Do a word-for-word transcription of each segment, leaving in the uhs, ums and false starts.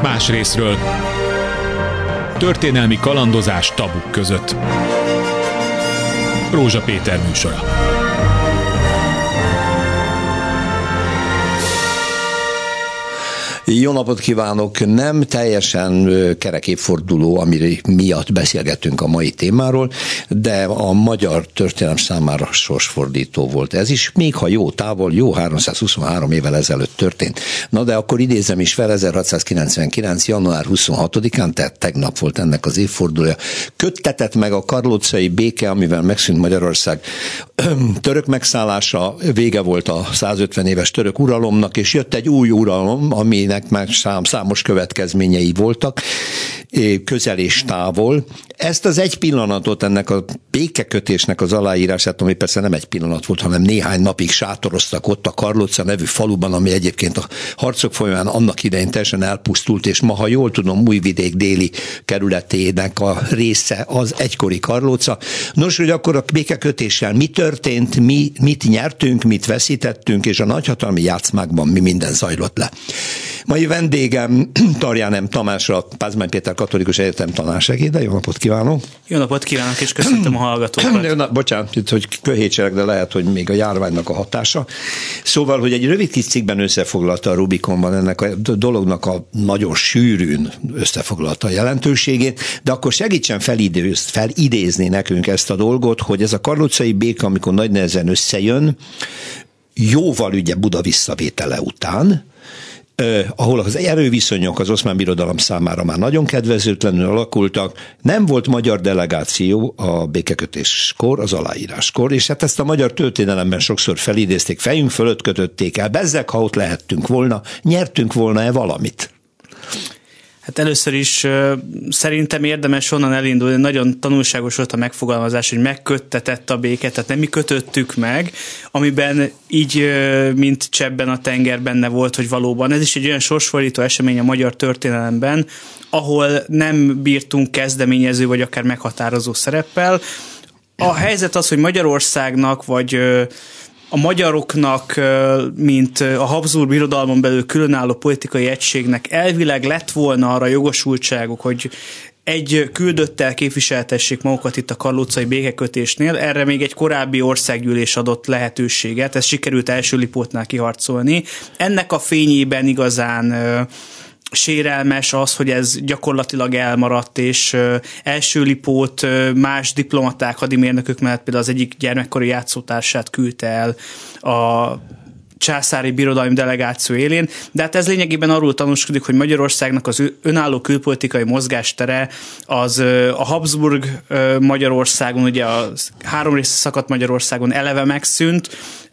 más részről. Történelmi kalandozás tabuk között. Rózsa Péter műsora. Jó napot kívánok! Nem teljesen kerek évforduló, ami miatt beszélgettünk a mai témáról, de a magyar történelem számára sorsfordító volt ez is, még ha jó távol, jó háromszázhuszonhárom évvel ezelőtt történt. Na de akkor idézem is fel, ezerhatszázkilencvenkilenc. január huszonhatodikán, tehát tegnap volt ennek az évfordulója. Köttetett meg a karlócai béke, amivel megszűnt Magyarország török megszállása, vége volt a százötven éves török uralomnak, és jött egy új uralom, aminek már számos következményei voltak, közel és távol. Ezt az egy pillanatot, ennek a békekötésnek az aláírását, ami persze nem egy pillanat volt, hanem néhány napig sátoroztak ott a Karlóca nevű faluban, ami egyébként a harcok folyamán annak idején teljesen elpusztult, és ma, ha jól tudom, Újvidék déli kerületének a része az egykori Karlóca. Nos, hogy akkor a békekötéssel mi történt, mi, mit nyertünk, mit veszítettünk, és a nagyhatalmi játszmákban mi minden zajlott le. Mai vendégem Tarján M. Tamás, a Pázmány Péter Katolikus Egyetem tanársegéde. Jó napot kívánok! Jó napot kívánok, és köszöntöm a hallgatókat! Na, bocsánat, hogy köhétselek, de lehet, hogy még a járványnak a hatása. Szóval, hogy egy rövid kis cikkben összefoglalta a Rubikonban ennek a dolognak a nagyon sűrűn összefoglalta a jelentőségét, de akkor segítsen felidéz, felidézni nekünk ezt a dolgot, hogy ez a karlócai béke, amikor nagy nehezen összejön, jóval ugye Buda visszavétele után, Uh, ahol az erőviszonyok az Oszmán Birodalom számára már nagyon kedvezőtlenül alakultak, nem volt magyar delegáció a békekötéskor, az aláíráskor, és hát ezt a magyar történelemben sokszor felidézték, fejünk fölött kötötték el, bezzeg, ha ott lehettünk volna, nyertünk volna-e valamit? Hát először is uh, szerintem érdemes onnan elindulni, nagyon tanulságos volt a megfogalmazás, hogy megköttetett a béke, tehát nem mi kötöttük meg, amiben így, uh, mint csebben a tenger benne volt, hogy valóban ez is egy olyan sorsfordító esemény a magyar történelemben, ahol nem bírtunk kezdeményező vagy akár meghatározó szereppel. A helyzet az, hogy Magyarországnak vagy uh, a magyaroknak, mint a Habsburg Birodalmon belül különálló politikai egységnek elvileg lett volna arra jogosultságuk, hogy egy küldöttel képviseltessék magukat itt a karlócai békekötésnél, erre még egy korábbi országgyűlés adott lehetőséget, ez sikerült első Lipótnál kiharcolni. Ennek a fényében igazán sérelmes az, hogy ez gyakorlatilag elmaradt, és első Lipót más diplomaták, hadimérnökök mellett például az egyik gyermekkori játszótársát küldte el a császári birodalmi delegáció élén, de hát ez lényegében arról tanúskodik, hogy Magyarországnak az önálló külpolitikai mozgástere az a Habsburg Magyarországon, ugye a három része szakadt Magyarországon eleve megszűnt,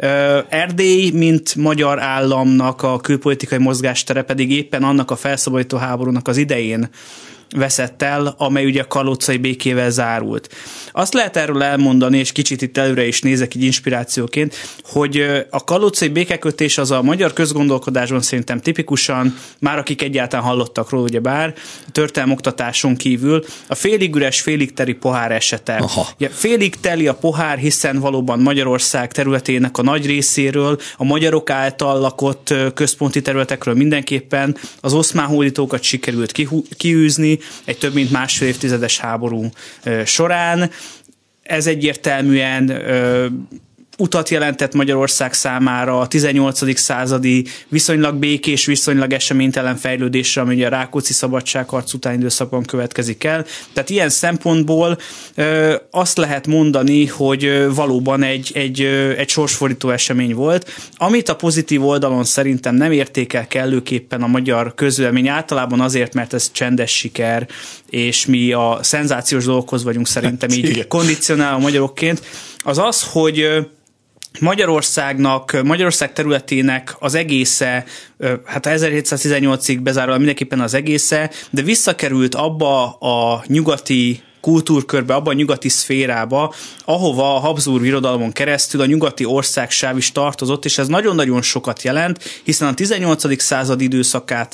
Erdély, mint magyar államnak a külpolitikai mozgástere pedig éppen annak a felszabadító háborúnak az idején veszett el, amely ugye a karlócai békével zárult. Azt lehet erről elmondani, és kicsit itt előre is nézek így inspirációként, hogy a karlócai békekötés az a magyar közgondolkodásban szerintem tipikusan, már akik egyáltalán hallottak róla, ugyebár, történelmi oktatáson kívül, a félig üres, félig teli pohár esete. Ja, félig teli a pohár, hiszen valóban Magyarország területének a nagy részéről, a magyarok által lakott központi területekről mindenképpen az oszmán hódítókat sikerült kiűzni, egy több mint másfél évtizedes háború során. Ez egyértelműen ö, utat jelentett Magyarország számára a tizennyolcadik századi viszonylag békés, viszonylag eseménytelen fejlődésre, ami a Rákóczi szabadságharc utáni időszakban következik el. Tehát ilyen szempontból ö, azt lehet mondani, hogy ö, valóban egy, egy, ö, egy sorsfordító esemény volt, amit a pozitív oldalon szerintem nem értékel kellőképpen a magyar közvélemény, általában azért, mert ez csendes siker, és mi a szenzációs dolgokhoz vagyunk szerintem így kondicionálva magyarokként, az az, hogy Magyarországnak, Magyarország területének az egésze, hát ezerhétszáztizennyolcig bezárólag mindenképpen az egésze, de visszakerült abba a nyugati kultúrkörbe, abban a nyugati szférába, ahova a Habsburg Birodalmon keresztül a nyugati országsáv is tartozott, és ez nagyon-nagyon sokat jelent, hiszen a tizennyolcadik század időszakát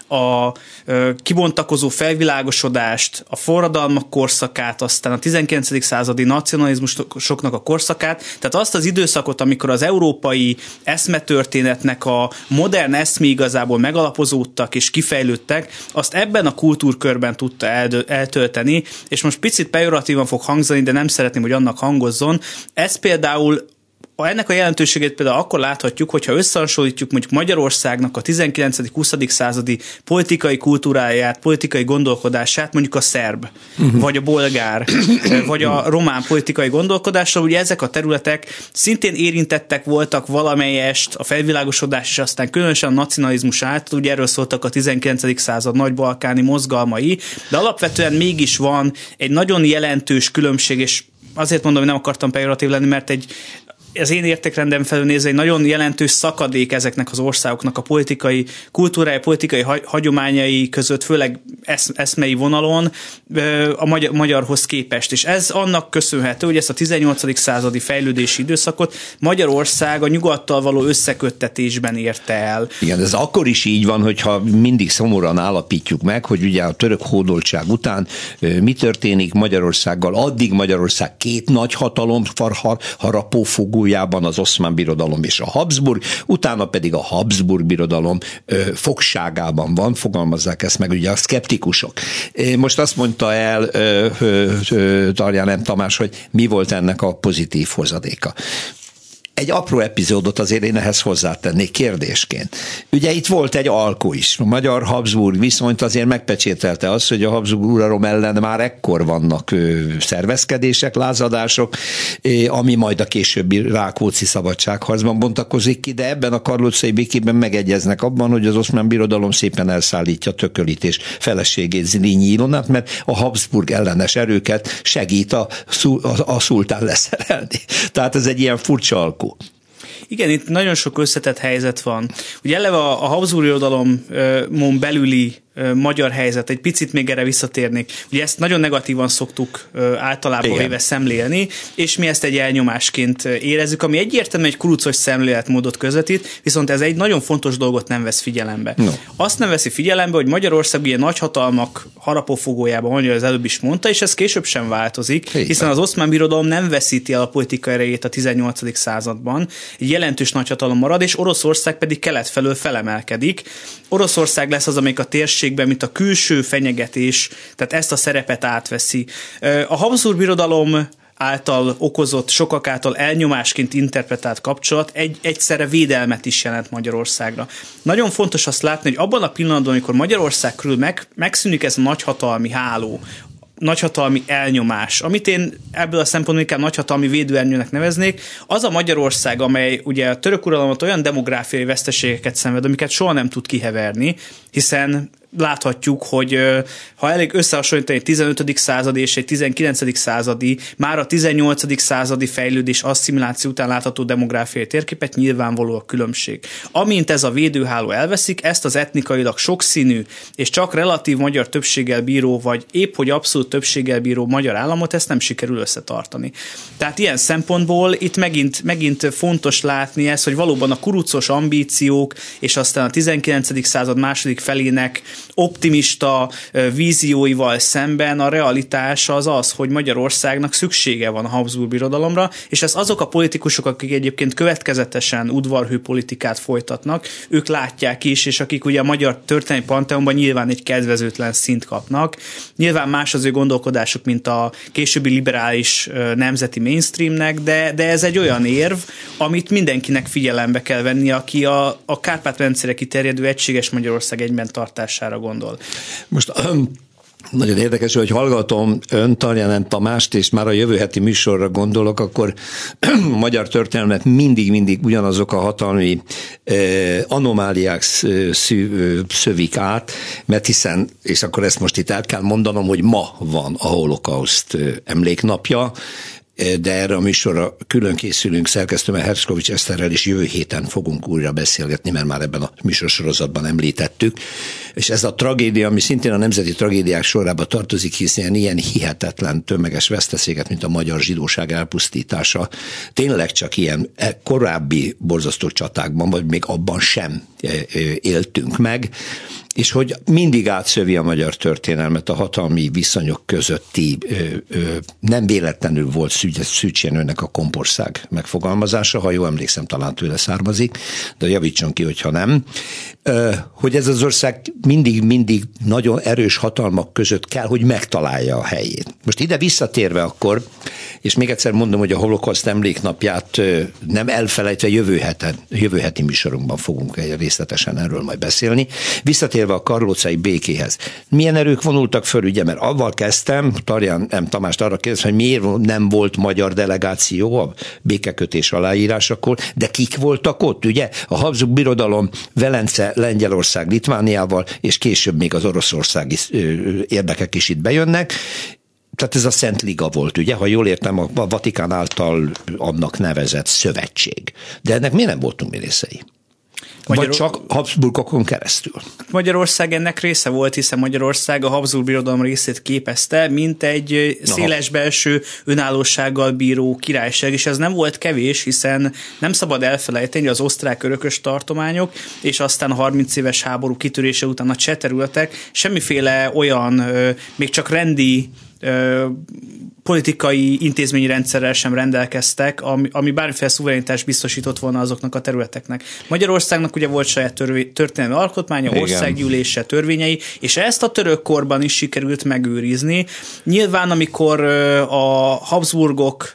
a kibontakozó felvilágosodást, a forradalmak korszakát, aztán a tizenkilencedik századi nacionalizmusoknak a korszakát, tehát azt az időszakot, amikor az európai eszmetörténetnek a modern eszmé igazából megalapozódtak és kifejlődtek, azt ebben a kultúrkörben tudta eltölteni, és most picit pejoratívan fog hangzani, de nem szeretném, hogy annak hangozzon. Ez például ennek a jelentőségét például akkor láthatjuk, hogyha összehasonlítjuk mondjuk Magyarországnak a tizenkilencedik-huszadik századi politikai kultúráját, politikai gondolkodását, mondjuk a szerb, uh-huh. vagy a bolgár, vagy a román politikai gondolkodással, ugye ezek a területek szintén érintettek voltak valamelyest a felvilágosodás, és aztán különösen a nacionalizmus által, ugye erről szóltak a tizenkilencedik század nagy-balkáni mozgalmai, de alapvetően mégis van egy nagyon jelentős különbség, és azért mondom, hogy nem akartam pejoratív lenni, mert egy az én értékrendem felül nézve egy nagyon jelentős szakadék ezeknek az országoknak a politikai kultúrája, politikai hagyományai között, főleg esz, eszmei vonalon a magyar, magyarhoz képest. És ez annak köszönhető, hogy ezt a tizennyolcadik századi fejlődési időszakot Magyarország a nyugattal való összeköttetésben érte el. Igen, ez akkor is így van, hogyha mindig szomorúan állapítjuk meg, hogy ugye a török hódoltság után mi történik Magyarországgal. Addig Magyarország két nagy hatalom farhar, harapófogó az Oszmán Birodalom és a Habsburg, utána pedig a Habsburg Birodalom ö, fogságában van, fogalmazzák ezt meg ugye a szkeptikusok. Most azt mondta el ö, ö, ö, Tarján M. Tamás, hogy mi volt ennek a pozitív hozadéka. Egy apró epizódot azért én ehhez hozzátennék kérdésként. Ugye itt volt egy alkú is. A magyar-Habsburg viszonyt azért megpecsételte az, hogy a Habsburg uralom ellen már ekkor vannak ö, szervezkedések, lázadások, ö, ami majd a későbbi Rákóczi szabadságharcban bontakozik ki, de ebben a karlócai békében megegyeznek abban, hogy az Oszmán Birodalom szépen elszállítja Tökölit és feleségét Zrínyi Ilonát, mert a Habsburg ellenes erőket segít a, a, a szultán leszerelni. Tehát ez egy ilyen furcsa alkú. Igen, itt nagyon sok összetett helyzet van. Ugye eleve a, a Habsburg Birodalomon belüli magyar helyzet, egy picit még erre visszatérnék. Ugye ezt nagyon negatívan szoktuk általában véve szemlélni, és mi ezt egy elnyomásként érezzük, ami egyértelműen egy kurucos szemléletmódot közvetít, viszont ez egy nagyon fontos dolgot nem vesz figyelembe. No. Azt nem veszi figyelembe, hogy Magyarország ilyen nagyhatalmak harapófogójában, ahogy az előbb is mondta, és ez később sem változik, Hé, hiszen az Oszmán Birodalom nem veszíti el a politikai erejét a tizennyolcadik században, egy jelentős nagyhatalom marad, és Oroszország pedig kelet felől felemelkedik. Oroszország lesz az, amelyik a térség, mint a külső fenyegetés, tehát ezt a szerepet átveszi. A Habsburg Birodalom által okozott, sokak által elnyomásként interpretált kapcsolat egy, egyszerre védelmet is jelent Magyarországra. Nagyon fontos azt látni, hogy abban a pillanatban, amikor Magyarország körül meg, megszűnik ez a nagyhatalmi háló, nagyhatalmi elnyomás, amit én ebből a szempontból inkább nagyhatalmi védőernyőnek neveznék, az a Magyarország, amely ugye a török uralmat olyan demográfiai veszteségeket szenved, amiket soha nem tud kiheverni, hiszen láthatjuk, hogy ha elég összehasonlítani egy tizenötödik századi és egy tizenkilencedik századi, már a tizennyolcadik századi fejlődés asszimiláció után látható demográfiai térképet, nyilvánvaló a különbség. Amint ez a védőháló elveszik, ezt az etnikailag sokszínű és csak relatív magyar többséggel bíró, vagy épp hogy abszolút többséggel bíró magyar államot, ezt nem sikerül összetartani. Tehát ilyen szempontból itt megint, megint fontos látni ezt, hogy valóban a kurucos ambíciók és aztán a tizenkilencedik század második felének optimista vízióival szemben a realitás az az, hogy Magyarországnak szüksége van a Habsburg Birodalomra, és ez azok a politikusok, akik egyébként következetesen udvarhű politikát folytatnak, ők látják is, és akik ugye a magyar történelmi panteonban nyilván egy kedvezőtlen szint kapnak. Nyilván más az ő gondolkodásuk, mint a későbbi liberális nemzeti mainstreamnek, de, de ez egy olyan érv, amit mindenkinek figyelembe kell venni, aki a, a Kárpát-medencére kiterjedő egységes Magyarország egyben tartására gondol. Most nagyon érdekes, hogy hallgatom ön, Tarján M. Tamást, és már a jövő heti műsorra gondolok, akkor magyar történelmet mindig-mindig ugyanazok a hatalmi eh, anomáliák szű, szövik át, mert hiszen, és akkor ezt most itt el kell mondanom, hogy ma van a holokauszt emléknapja, de erre a műsorra külön készülünk szerkesztőmmel, Herszkovics Eszterrel, és jövő héten fogunk újra beszélgetni, mert már ebben a műsorsorozatban említettük. És ez a tragédia, ami szintén a nemzeti tragédiák sorába tartozik, hiszen ilyen hihetetlen tömeges veszteséget, mint a magyar zsidóság elpusztítása, tényleg csak ilyen korábbi borzasztó csatákban, vagy még abban sem éltünk meg. és hogy mindig átszövi a magyar történelmet a hatalmi viszonyok közötti, ö, ö, nem véletlenül volt Szűcs Jenőnek a kompország megfogalmazása, ha jól emlékszem, talán tőle származik, de javítson ki, hogyha nem, ö, hogy ez az ország mindig-mindig nagyon erős hatalmak között kell, hogy megtalálja a helyét. Most ide visszatérve akkor, és még egyszer mondom, hogy a holokauszt emléknapját nem elfelejtve jövő, heten, jövő heti műsorunkban fogunk részletesen erről majd beszélni. Visszatérve a karlócai békéhez. Milyen erők vonultak föl, ugye, mert avval kezdtem, Tarján M. Tamást arra kérdeztem, hogy miért nem volt magyar delegáció a békekötés aláírásakor, de kik voltak ott, ugye? A Habsburg Birodalom, Velence, Lengyelország, Litvániával, és később még az oroszországi érdekek is itt bejönnek. Tehát ez a Szent Liga volt, ugye, ha jól értem, a Vatikán által annak nevezett szövetség. De ennek miért nem voltunk mi részei? Magyar... Vagy csak Habsburgokon keresztül? Magyarország ennek része volt, hiszen Magyarország a Habsburg Birodalom részét képezte, mint egy széles belső önállósággal bíró királyság, és ez nem volt kevés, hiszen nem szabad elfelejteni, az osztrák örökös tartományok, és aztán a harminc éves háború kitörése után a cseh területek semmiféle olyan, még csak rendi politikai intézményi rendszerrel sem rendelkeztek, ami, ami bármiféle szuverenitást biztosított volna azoknak a területeknek. Magyarországnak ugye volt saját törvé, történelmi alkotmánya, igen, országgyűlése, törvényei, és ezt a török korban is sikerült megőrizni. Nyilván, amikor a Habsburgok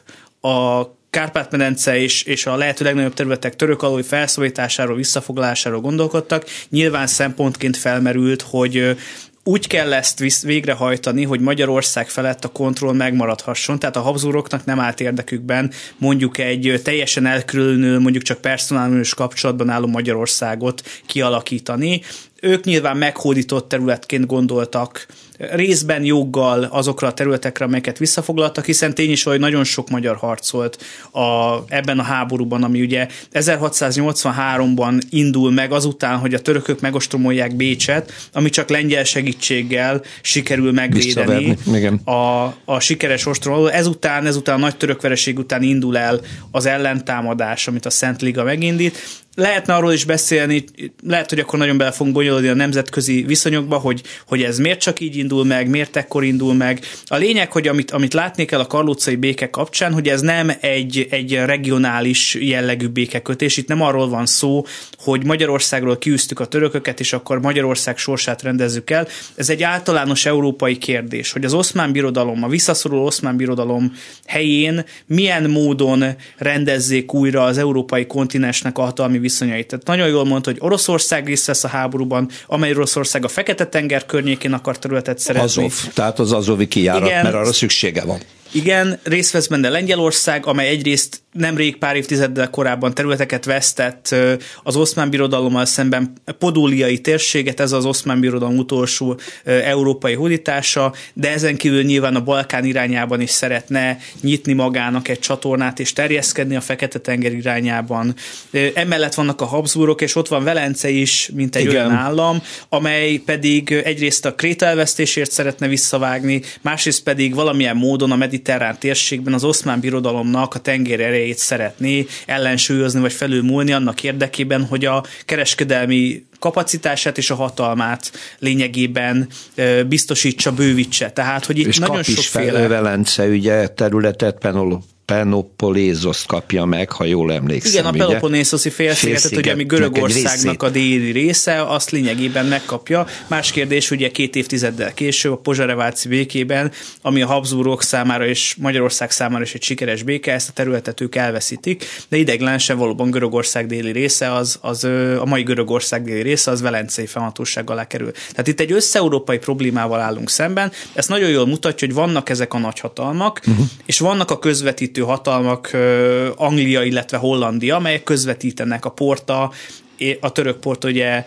a Kárpát-medence és, és a lehető legnagyobb területek török alói felszabadításáról, visszafoglalásáról gondolkodtak, nyilván szempontként felmerült, hogy úgy kell ezt végrehajtani, hogy Magyarország felett a kontroll megmaradhasson, tehát a Habsburgoknak nem állt érdekükben mondjuk egy teljesen elkülönülő, mondjuk csak personális kapcsolatban álló Magyarországot kialakítani. Ők nyilván meghódított területként gondoltak részben joggal azokra a területekre, amelyeket visszafoglaltak, hiszen tény is, hogy nagyon sok magyar harcolt a, ebben a háborúban, ami ugye ezerhatszáznyolcvanháromban indul meg azután, hogy a törökök megostromolják Bécset, ami csak lengyel segítséggel sikerül megvédeni a, a sikeres ostromoló. Ezután, ezután a nagy török vereség után indul el az ellentámadás, amit a Szent Liga megindít. Lehetne arról is beszélni, lehet, hogy akkor nagyon bele fogunk bonyolódni a nemzetközi viszonyokba, hogy, hogy ez miért csak így indul meg, miért ekkor indul meg. A lényeg, hogy amit, amit látni kell a karlócai béke kapcsán, hogy ez nem egy, egy regionális jellegű békekötés. Itt nem arról van szó, hogy Magyarországról kiűztük a törököket, és akkor Magyarország sorsát rendezzük el. Ez egy általános európai kérdés, hogy az Oszmán Birodalom, a visszaszoruló Oszmán Birodalom helyén milyen módon rendezzék újra az európai kontinensnek a hatalmi viszonyait. Tehát nagyon jól mondta, hogy Oroszország részt vesz a háborúban, amely Oroszország a Fekete-tenger környékén akar területet szerezni. Azov, tehát az azovi kijárat, igen, mert arra szüksége van. Igen, részt vesz benne Lengyelország, amely egyrészt nemrég pár évtizeddel korábban területeket vesztett az Oszmán Birodalommal szemben, podóliai térséget, ez az Oszmán Birodalom utolsó európai hódítása, de ezen kívül nyilván a Balkán irányában is szeretne nyitni magának egy csatornát és terjeszkedni a Fekete-tenger irányában. Emellett vannak a Habsburgok, és ott van Velence is, mint egy, igen, olyan állam, amely pedig egyrészt a Kréta elvesztésért szeretne visszavágni, másrészt pedig valamilyen módon a mediterrán térségben az Oszmán Birodalomnak a tengeri erejét szeretné ellensúlyozni vagy felülmúlni annak érdekében, hogy a kereskedelmi kapacitását és a hatalmát lényegében biztosítsa, bővítse. Tehát, hogy itt és nagyon sokféle... És Velence ugye területet Penol Peloponnészoszt kapja meg, ha jól emlékszem. Igen, a Peloponnészoszi félszigetet, ugye, ami Görögországnak a déli része, azt lényegében megkapja. Más kérdés, ugye két évtizeddel később a pozsareváci békében, ami a Habsburgok számára és Magyarország számára is egy sikeres béke, ezt a területet ők elveszítik, de ideiglenesen valóban Görögország déli része, az, az a mai Görögország déli része, az velencei fennhatóság alá kerül. Tehát itt egy összeurópai problémával állunk szemben. Ez nagyon jól mutatja, hogy vannak ezek a nagyhatalmak, uh-huh. és vannak a közvetítő hatalmak, Anglia, illetve Hollandia, amelyek közvetítenek a porta, a török port, ugye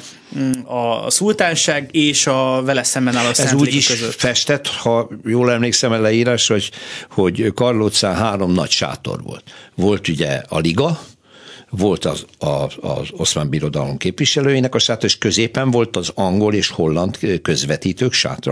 a szultánság és a vele szemben álló Szent Liga között. Ez úgy is festett, ha jól emlékszem a leírásra, hogy, hogy Karlócán három nagy sátor volt. Volt ugye a Liga, volt az, az, az Oszmán Birodalom képviselőinek a sátor, és középen volt az angol és holland közvetítők sátra.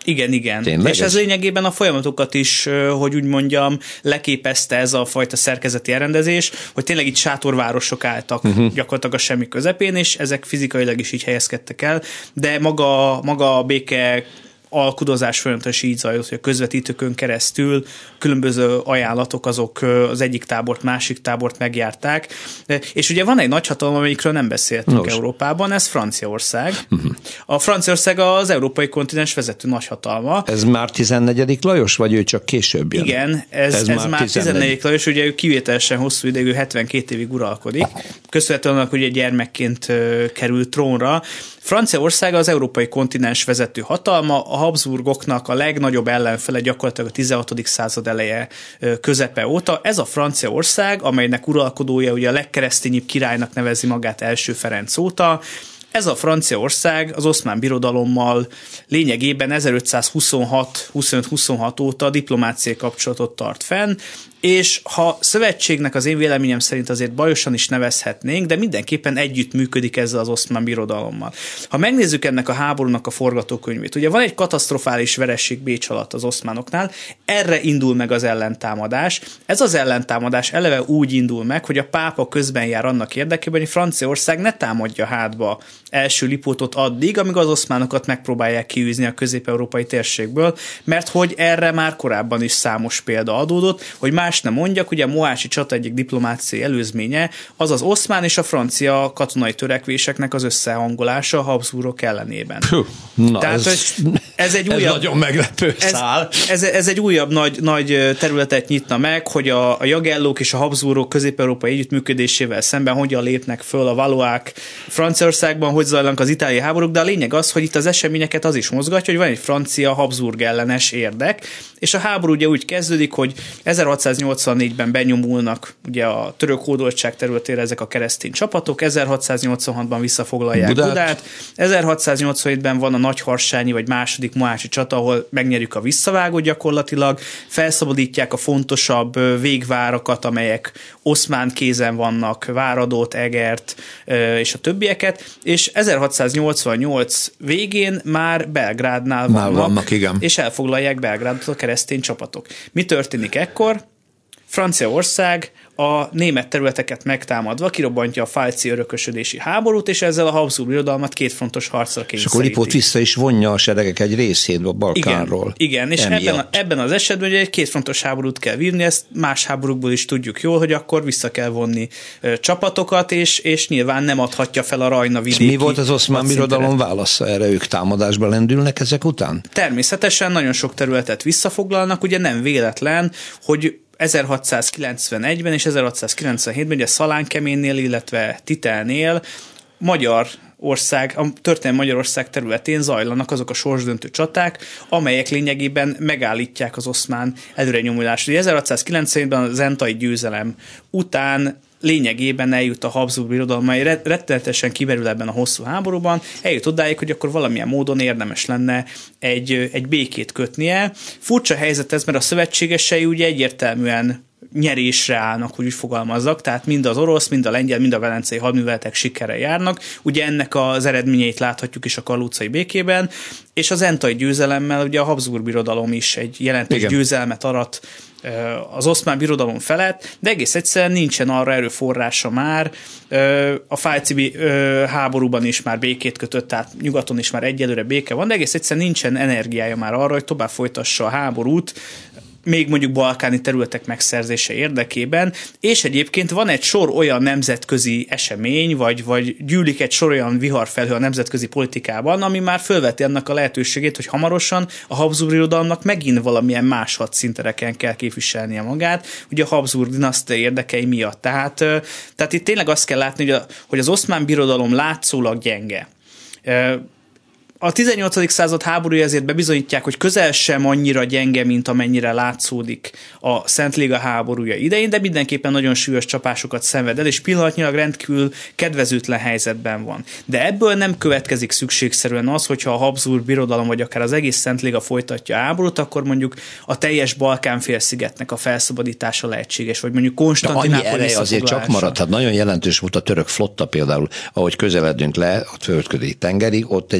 Igen, igen. Tényleg és ez, ez lényegében a folyamatokat is, hogy úgy mondjam, leképezte ez a fajta szerkezeti elrendezés, hogy tényleg itt sátorvárosok álltak uh-huh. gyakorlatilag a semmi közepén, és ezek fizikailag is így helyezkedtek el, de maga, maga a béke alkudozás folyamatosan így zajlott, hogy a közvetítőkön keresztül különböző ajánlatok azok az egyik tábort, másik tábort megjárták. És ugye van egy nagyhatalom, amelyikről nem beszéltünk Nos. Európában, ez Franciaország. Uh-huh. A Franciaország az európai kontinens vezető nagyhatalma. Ez már tizennegyedik Lajos, vagy ő csak később jön? Igen, ez, ez, ez már tizennegyedik Lajos, ugye ő kivételesen hosszú ideig, hetvenkét évig uralkodik. Köszönhetően annak, hogy egy gyermekként került trónra. Franciaország az európai kontinens vezető hatalma, a Habsburgoknak a legnagyobb ellenfele gyakorlatilag a tizenhatodik század eleje közepe óta. Ez a Franciaország, amelynek uralkodója ugye a legkeresztényibb királynak nevezi magát első Ferenc óta. Ez a Franciaország az Oszmán Birodalommal lényegében ezerötszázhuszonhat huszonöt huszonhat óta diplomáciai kapcsolatot tart fenn, és ha szövetségnek az én véleményem szerint azért bajosan is nevezhetnénk, de mindenképpen együtt működik ezzel az Oszmán Birodalommal. Ha megnézzük ennek a háborúnak a forgatókönyvét, ugye van egy katasztrofális vereség Bécs alatt az oszmánoknál, erre indul meg az ellentámadás. Ez az ellentámadás eleve úgy indul meg, hogy a pápa közben jár annak érdekében, hogy Franciaország ne támadja hátba első Lipótot addig, amíg az oszmánokat megpróbálják kiűzni a közép-európai térségből, mert hogy erre már korábban is számos példa adódott, hogy más nem mondjak, ugye a mohácsi csata egyik diplomáciai előzménye, az az oszmán és a francia katonai törekvéseknek az összehangolása a Habsburgok ellenében. Puh, na Tehát, ez, ez egy ez újabb, nagyon meglepő szál. Ez, ez, ez egy újabb nagy, nagy területet nyitna meg, hogy a, a Jagellók és a Habsburgok közép-európai együttműködésével szemben hogyan lépnek föl a Valoák Franciaországban, hogy zajlanak az itáliai háborúk, de a lényeg az, hogy itt az eseményeket az is mozgatja, hogy van egy francia Habsburg ellenes érdek, és a háború ugye úgy kezdődik, hogy ezerhatszáznyolcvannégyben benyomulnak ugye a török hódoltság területére ezek a keresztény csapatok, ezerhatszáznyolcvanhatban visszafoglalják Budát, Budát. ezerhatszáznyolcvanhétben van a nagyharsányi vagy második mohácsi csata, ahol megnyerjük a visszavágót gyakorlatilag, felszabadítják a fontosabb végvárakat, amelyek oszmán kézen vannak, Váradót, Egert és a többieket, és ezerhatszáznyolcvannyolc végén már Belgrádnál már vannak, vannak igen. és elfoglalják Belgrádot a keresztény csapatok. Mi történik ekkor? Franciaország a német területeket megtámadva kirobbantja a pfalci örökösödési háborút, és ezzel a Habsburg birodalmat kétfrontos harcra kényszeríti. És akkor Lipót vissza is vonja a seregek egy részét a Balkánról. Igen, igen. És ebben, a, ebben az esetben ugye egy kétfrontos háborút kell vívni, ezt más háborúkból is tudjuk jól, hogy akkor vissza kell vonni ö, csapatokat, és, és nyilván nem adhatja fel a Rajna vidéki. És mi volt az oszmán birodalom válasza erre? Ők támadásba lendülnek ezek után? Természetesen nagyon sok területet visszafoglalnak, ugye nem véletlen, hogy ezerhatszázkilencvenegyben és ezerhatszázkilencvenhétben ugye Szalánkeménnél, illetve Titelnél Magyar ország, a történelmi Magyarország területén zajlanak azok a sorsdöntő csaták, amelyek lényegében megállítják az oszmán előrenyomulást. Ugye ezerhatszázkilencvenhétben az entai győzelem után lényegében eljut a Habsburg birodalom, mely rettenetesen kimerül ebben a hosszú háborúban, eljut odáig, hogy akkor valamilyen módon érdemes lenne egy, egy békét kötnie. Furcsa helyzet ez, mert a szövetségesei ugye egyértelműen nyerésre állnak, hogy úgy fogalmazzak, tehát mind az orosz, mind a lengyel, mind a velencei hadműveletek sikerrel járnak. Ugye ennek az eredményeit láthatjuk is a Kalucai békében, és az entai győzelemmel ugye a Habsburg birodalom is egy jelentős Igen. győzelmet arat az oszmán birodalom felett, de egész egyszerűen nincsen arra erőforrása már. A pfalci háborúban is már békét kötött, tehát nyugaton is már egyelőre béke van, de egész egyszerűen nincsen energiája már arra, hogy tovább folytassa a háborút, még mondjuk balkáni területek megszerzése érdekében, és egyébként van egy sor olyan nemzetközi esemény, vagy, vagy gyűlik egy sor olyan viharfelhő a nemzetközi politikában, ami már fölveti annak a lehetőségét, hogy hamarosan a Habsburg birodalomnak megint valamilyen más hadszíntereken kell képviselnie magát, ugye a Habsburg dinasztia érdekei miatt. Tehát, tehát itt tényleg azt kell látni, hogy, a, hogy az oszmán birodalom látszólag gyenge. A tizennyolcadik század háborúja ezért bebizonyítják, hogy közel sem annyira gyenge, mint amennyire látszódik a Szent Liga háborúja idején, de mindenképpen nagyon súlyos csapásokat szenved el, és pillanatnyilag rendkívül kedvezőtlen helyzetben van. De ebből nem következik szükségszerűen az, hogyha a Habsburg birodalom, vagy akár az egész Szent Liga folytatja a háborút, akkor mondjuk a teljes Balkán-félszigetnek a felszabadítása lehetséges, vagy mondjuk Konstantinápol annyi ereje azért csak maradt, hát nagyon jelentős volt a török flotta például, ahogy közeledünk le a Földközi tengerig, ott egy borzasztó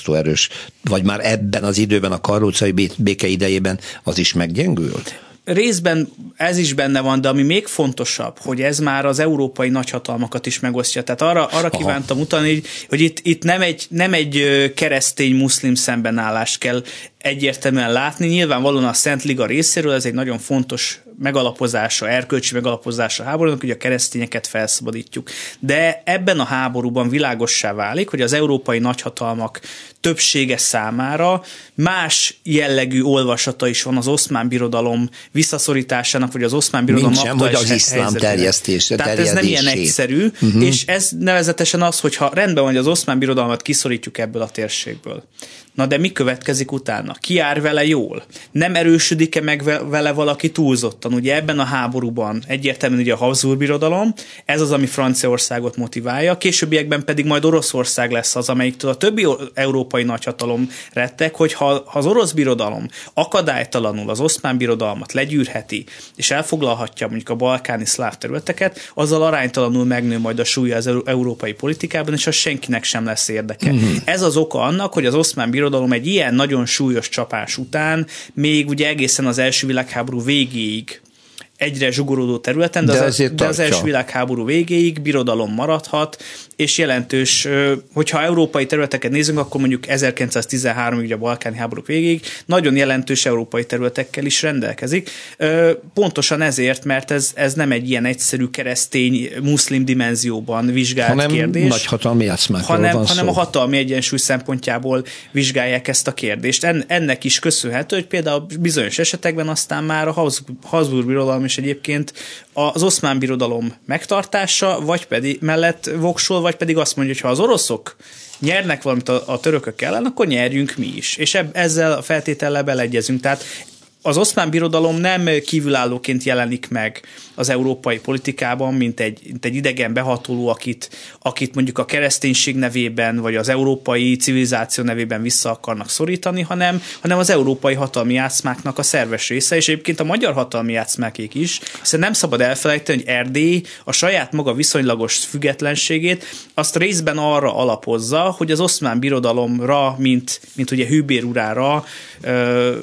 borzasztó erős, vagy már ebben az időben, a karócai béke idejében az is meggyengült? Részben ez is benne van, de ami még fontosabb, hogy ez már az európai nagyhatalmakat is megosztja. Tehát arra, arra kívántam utalni, hogy itt, itt nem egy, nem egy keresztény-muszlim szembenállást kell egyértelműen látni. Nyilvánvalóan a Szent Liga részéről ez egy nagyon fontos megalapozása, erkölcsi megalapozása a háborúnak, hogy a keresztényeket felszabadítjuk. De ebben a háborúban világossá válik, hogy az európai nagyhatalmak többsége számára más jellegű olvasata is van az Oszmán Birodalom visszaszorításának, vagy az Oszmán Birodalom aktuális helyzetének. Mint sem, hogy az iszlám terjesztése, Tehát ez nem ilyen egyszerű, uh-huh. és ez nevezetesen az, hogyha rendben van, hogy az Oszmán Birodalmat kiszorítjuk ebből a térségből. Na de mi következik utána? Ki jár vele jól? Nem erősödik-e meg vele valaki túlzottan? Ugye ebben a háborúban egyértelműen ugye a Habsburg Birodalom, ez az, ami Franciaországot motiválja, későbbiekben pedig majd Oroszország lesz az, amelyiktől a többi európai nagyhatalom rettek, hogy ha az Orosz Birodalom akadálytalanul az Oszmán Birodalmat legyűrheti, és elfoglalhatja mondjuk a balkáni szláv területeket, azzal aránytalanul megnő majd a súlya az európai politikában, és az senkinek sem lesz érdeke. Mm-hmm. Ez az oka annak, hogy az Oszmán Birodalom egy ilyen nagyon súlyos csapás után még ugye egészen az első világháború végéig egyre zsugorodó területen, de, de, az, de az első világháború végéig birodalom maradhat, és jelentős, hogyha európai területeket nézünk, akkor mondjuk ezerkilencszáztizenháromig, a balkáni háborúk végéig nagyon jelentős európai területekkel is rendelkezik. Pontosan ezért, mert ez, ez nem egy ilyen egyszerű keresztény-muszlim dimenzióban vizsgált hanem kérdés. Nagy hatalmi játszmákról hanem, van hanem szó. a hatalmi egyensúly szempontjából vizsgálják ezt a kérdést. En, ennek is köszönhető, hogy például bizonyos esetekben aztán már a Habsburg Birodalom és egyébként az Oszmán Birodalom megtartása, vagy pedig mellett voksol, vagy pedig azt mondja, hogy ha az oroszok nyernek valamit a, a törökök ellen, akkor nyerjünk mi is. És eb, ezzel a feltétellel beleegyezünk. Tehát az Oszmán Birodalom nem kívülállóként jelenik meg az európai politikában, mint egy, mint egy idegen behatoló, akit, akit mondjuk a kereszténység nevében, vagy az európai civilizáció nevében vissza akarnak szorítani, hanem, hanem az európai hatalmi játszmáknak a szerves része, és egyébként a magyar hatalmi játszmákék is, hiszen nem szabad elfelejteni, hogy Erdély a saját maga viszonylagos függetlenségét azt részben arra alapozza, hogy az Oszmán Birodalomra, mint, mint ugye Hűbér urára, ö,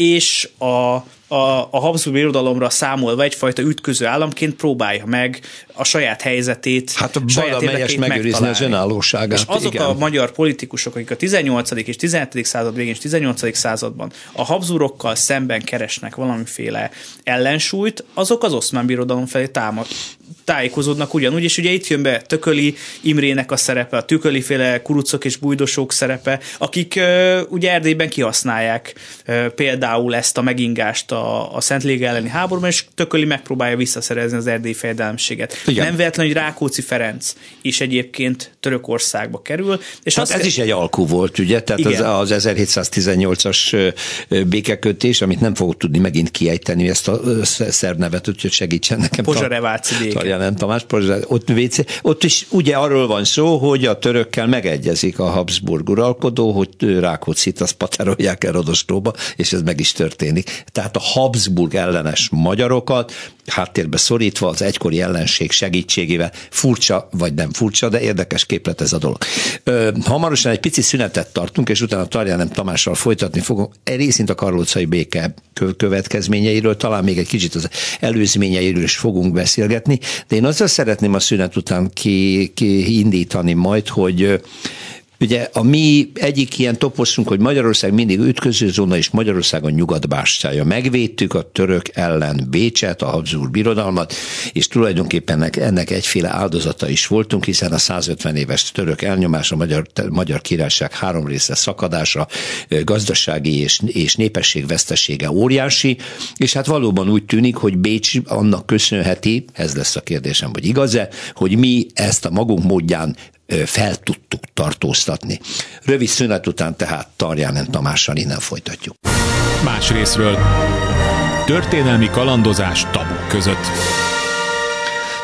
és a, a, a Habsburg Birodalomra számolva egyfajta ütköző államként próbálja meg a saját helyzetét, hát a saját érdekét megőrizni az önállóságát. És azok igen. a magyar politikusok, akik a tizennyolcadik és tizenhetedik század végén és tizennyolcadik században a Habsburgokkal szemben keresnek valamiféle ellensúlyt, azok az Oszmán Birodalom felé támad, tájékozódnak ugyanúgy, és ugye itt jön be Tököli Imrének a szerepe, a Tököli-féle kurucok és bújdosók szerepe, akik uh, ugye Erdélyben kihasználják uh, például ezt a megingást a, a Szent Liga elleni háborúban, és Tököli megpróbálja visszaszerezni az erdélyi fejedelemséget. Igen. Nem véletlenül, hogy Rákóczi Ferenc is egyébként Törökországba kerül. És hát ez ke- is egy alkú volt, ugye? Tehát az, az ezerhétszáztizennyolcas békekötés, amit nem fogok tudni megint kiejteni ezt a szerb nevet, úgyhogy segítsen nekem. Pozsareváci béke. Tarján Tamás, ott, ott is ugye arról van szó, hogy a törökkel megegyezik a Habsburg uralkodó, hogy Rákóczit azt paterolják el Rodostóba, és ez meg is történik. Tehát a Habsburg ellenes magyarokat háttérbe szorítva az egykori ellenség segítségével, furcsa vagy nem furcsa, de érdekes képlet ez a dolog. Ö, hamarosan egy pici szünetet tartunk, és utána Tarján Tamással folytatni fogunk egy részint a karlócai béke következményeiről, talán még egy kicsit az előzményeiről is fogunk beszélgetni, de én azzal szeretném a szünet után ki, ki indítani majd, hogy ugye a mi egyik ilyen toposzunk, hogy Magyarország mindig ütközőzóna, és Magyarország a nyugatbástyája. Megvédtük a török ellen Bécset, a Habsburg Birodalmat, és tulajdonképpen ennek, ennek egyféle áldozata is voltunk, hiszen a százötven éves török elnyomás, a Magyar, Magyar Királyság három része szakadása, gazdasági és, és népességvesztesége óriási, és hát valóban úgy tűnik, hogy Bécs annak köszönheti, ez lesz a kérdésem, hogy igaz-e, hogy mi ezt a magunk módján fel tudtuk tartóztatni. Rövid szünet után tehát Tarján Tamással innen folytatjuk. Más részről történelmi kalandozás tabuk között.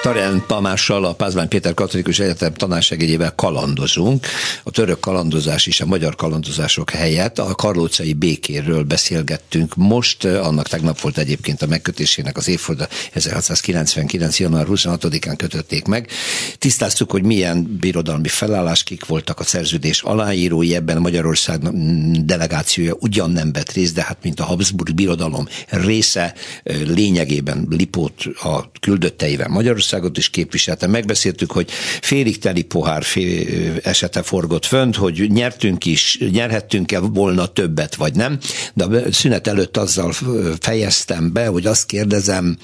Tarján Tamással, a Pázmány Péter Katolikus Egyetem tanársegédjével kalandozunk. A török kalandozás és a magyar kalandozások helyett a karlócai békéről beszélgettünk most. Annak tegnap volt egyébként a megkötésének az évfordulója, ezerhatszázkilencvenkilenc. január huszonhatodikán kötötték meg. Tisztáztuk, hogy milyen birodalmi felállás, kik voltak a szerződés aláírói, ebben Magyarország delegációja ugyan nem vett részt, de hát mint a Habsburg birodalom része, lényegében Lipót a küldötteivel Magyarországot is képviselte. Megbeszéltük, hogy félig teli pohár fél esete forgott fönt, hogy nyertünk is, nyerhettünk-e volna többet, vagy nem. De a szünet előtt azzal fejeztem be, hogy azt kérdezem,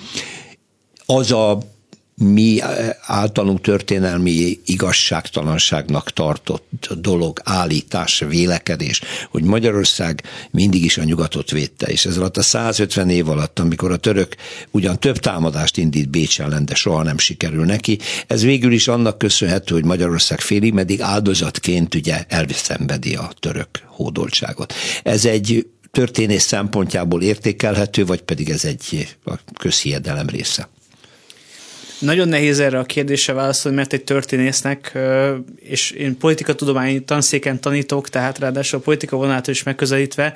az a mi általunk történelmi igazságtalanságnak tartott dolog, állítás, vélekedés, hogy Magyarország mindig is a nyugatot védte, és ez alatt a százötven év alatt, amikor a török ugyan több támadást indít Bécs ellen, de soha nem sikerül neki, ez végül is annak köszönhető, hogy Magyarország félig meddig áldozatként ugye elszenvedi a török hódoltságot. Ez egy történész szempontjából értékelhető, vagy pedig ez egy a közhiedelem része? Nagyon nehéz erre a kérdésre válaszolni, mert egy történésznek, és én politikatudományi tanszéken tanítok, tehát ráadásul a politika vonalától is megközelítve,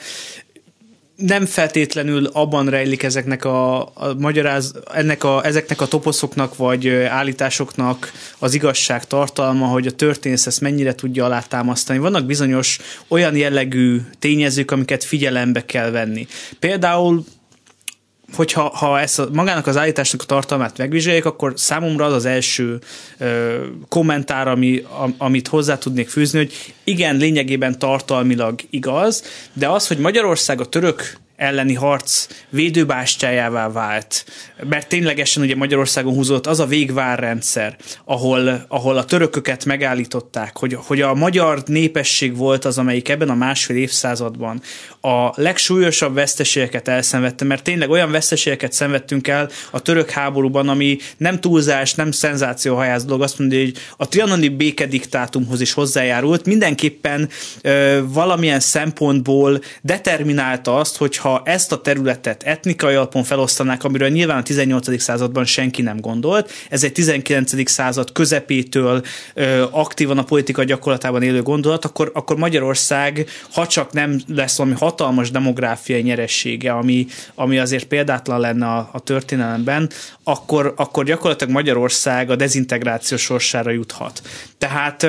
nem feltétlenül abban rejlik ezeknek a, a magyaráz, ennek a, ezeknek a toposzoknak vagy állításoknak az igazság tartalma, hogy a történész ezt mennyire tudja alátámasztani. Vannak bizonyos olyan jellegű tényezők, amiket figyelembe kell venni. Például hogyha ha ezt a, magának az állításnak a tartalmát megvizsgáljuk, akkor számomra az az első ö, kommentár, ami, a, amit hozzá tudnék fűzni, hogy igen, lényegében tartalmilag igaz, de az, hogy Magyarország a török elleni harc védőbástyájává vált, mert ténylegesen ugye Magyarországon húzott az a végvárrendszer, ahol, ahol a törököket megállították, hogy, hogy a magyar népesség volt az, amelyik ebben a másfél évszázadban a legsúlyosabb veszteségeket elszenvedte, mert tényleg olyan veszteségeket szenvedtünk el a török háborúban, ami nem túlzás, nem szenzációhajász dolog, azt mondja, hogy a trianoni békediktátumhoz is hozzájárult, mindenképpen ö, valamilyen szempontból determinálta azt, hogy ha ezt a területet etnikai alapon felosztanák, amiről nyilván a tizennyolcadik században senki nem gondolt, ez egy tizenkilencedik század közepétől ö, aktívan a politika gyakorlatában élő gondolat, akkor, akkor Magyarország, ha csak nem lesz valami hatalmas demográfiai nyeressége, ami, ami azért példátlan lenne a, a történelemben, akkor, akkor gyakorlatilag Magyarország a dezintegráció sorsára juthat. Tehát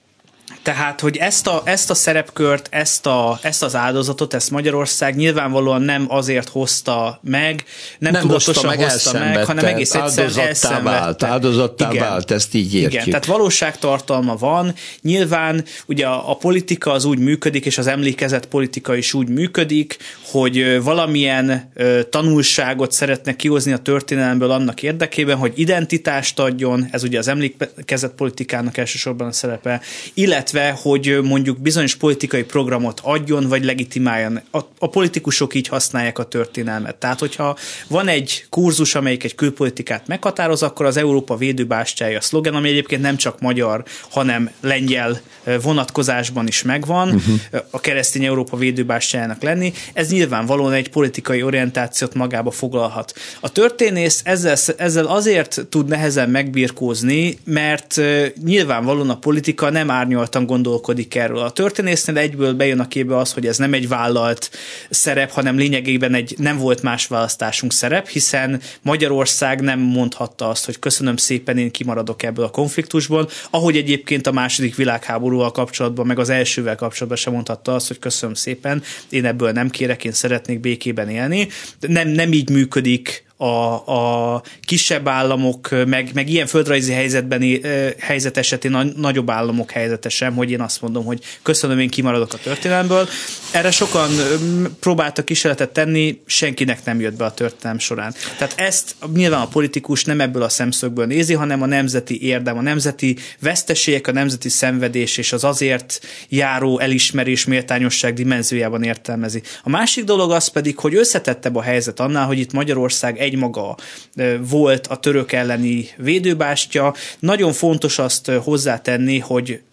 Tehát, hogy ezt a, ezt a szerepkört, ezt, a, ezt az áldozatot, ezt Magyarország nyilvánvalóan nem azért hozta meg, nem, nem tudatosan meg, hozta meg, hanem egész egyszerűen elszenvedte. Áldozattá igen, vált, ezt így értjük. Igen, tehát valóságtartalma van. Nyilván ugye a, a politika az úgy működik, és az emlékezett politika is úgy működik, hogy valamilyen ö, tanulságot szeretne kihozni a történelemből annak érdekében, hogy identitást adjon, ez ugye az emlékezett politikának elsősorban a szerepe, illetve hogy mondjuk bizonyos politikai programot adjon, vagy legitimáljon. A, a politikusok így használják a történelmet. Tehát, hogyha van egy kurzus, amelyik egy külpolitikát meghatároz, akkor az Európa védőbástyája a szlogen, ami egyébként nem csak magyar, hanem lengyel vonatkozásban is megvan, uh-huh. a keresztény Európa védőbástyájának lenni. Ez nyilvánvalóan egy politikai orientációt magába foglalhat. A történész ezzel, ezzel azért tud nehezen megbirkózni, mert nyilvánvalóan a politika nem árnyaltan gondolkodik erről. A történésznél egyből bejön a képbe az, hogy ez nem egy vállalt szerep, hanem lényegében egy nem volt más választásunk szerep, hiszen Magyarország nem mondhatta azt, hogy köszönöm szépen, én kimaradok ebből a konfliktusból, ahogy egyébként a második világháborúval kapcsolatban, meg az elsővel kapcsolatban sem mondhatta azt, hogy köszönöm szépen, én ebből nem kérek, én szeretnék békében élni. Nem, nem így működik A, a kisebb államok, meg, meg ilyen földrajzi helyzetben, helyzet esetén a nagyobb államok helyzete sem, hogy én azt mondom, hogy köszönöm, én kimaradok a történelemből. Erre sokan próbáltak kísérletet tenni, senkinek nem jött be a történelem során. Tehát ezt nyilván a politikus nem ebből a szemszögből nézi, hanem a nemzeti érdem, a nemzeti veszteségek, a nemzeti szenvedés és az azért járó elismerés, méltányosság dimenziójában értelmezi. A másik dolog az pedig, hogy összetettebb a helyzet annál, hogy itt Magyarország egymaga volt a török elleni védőbástya. Nagyon fontos azt hozzátenni, hogy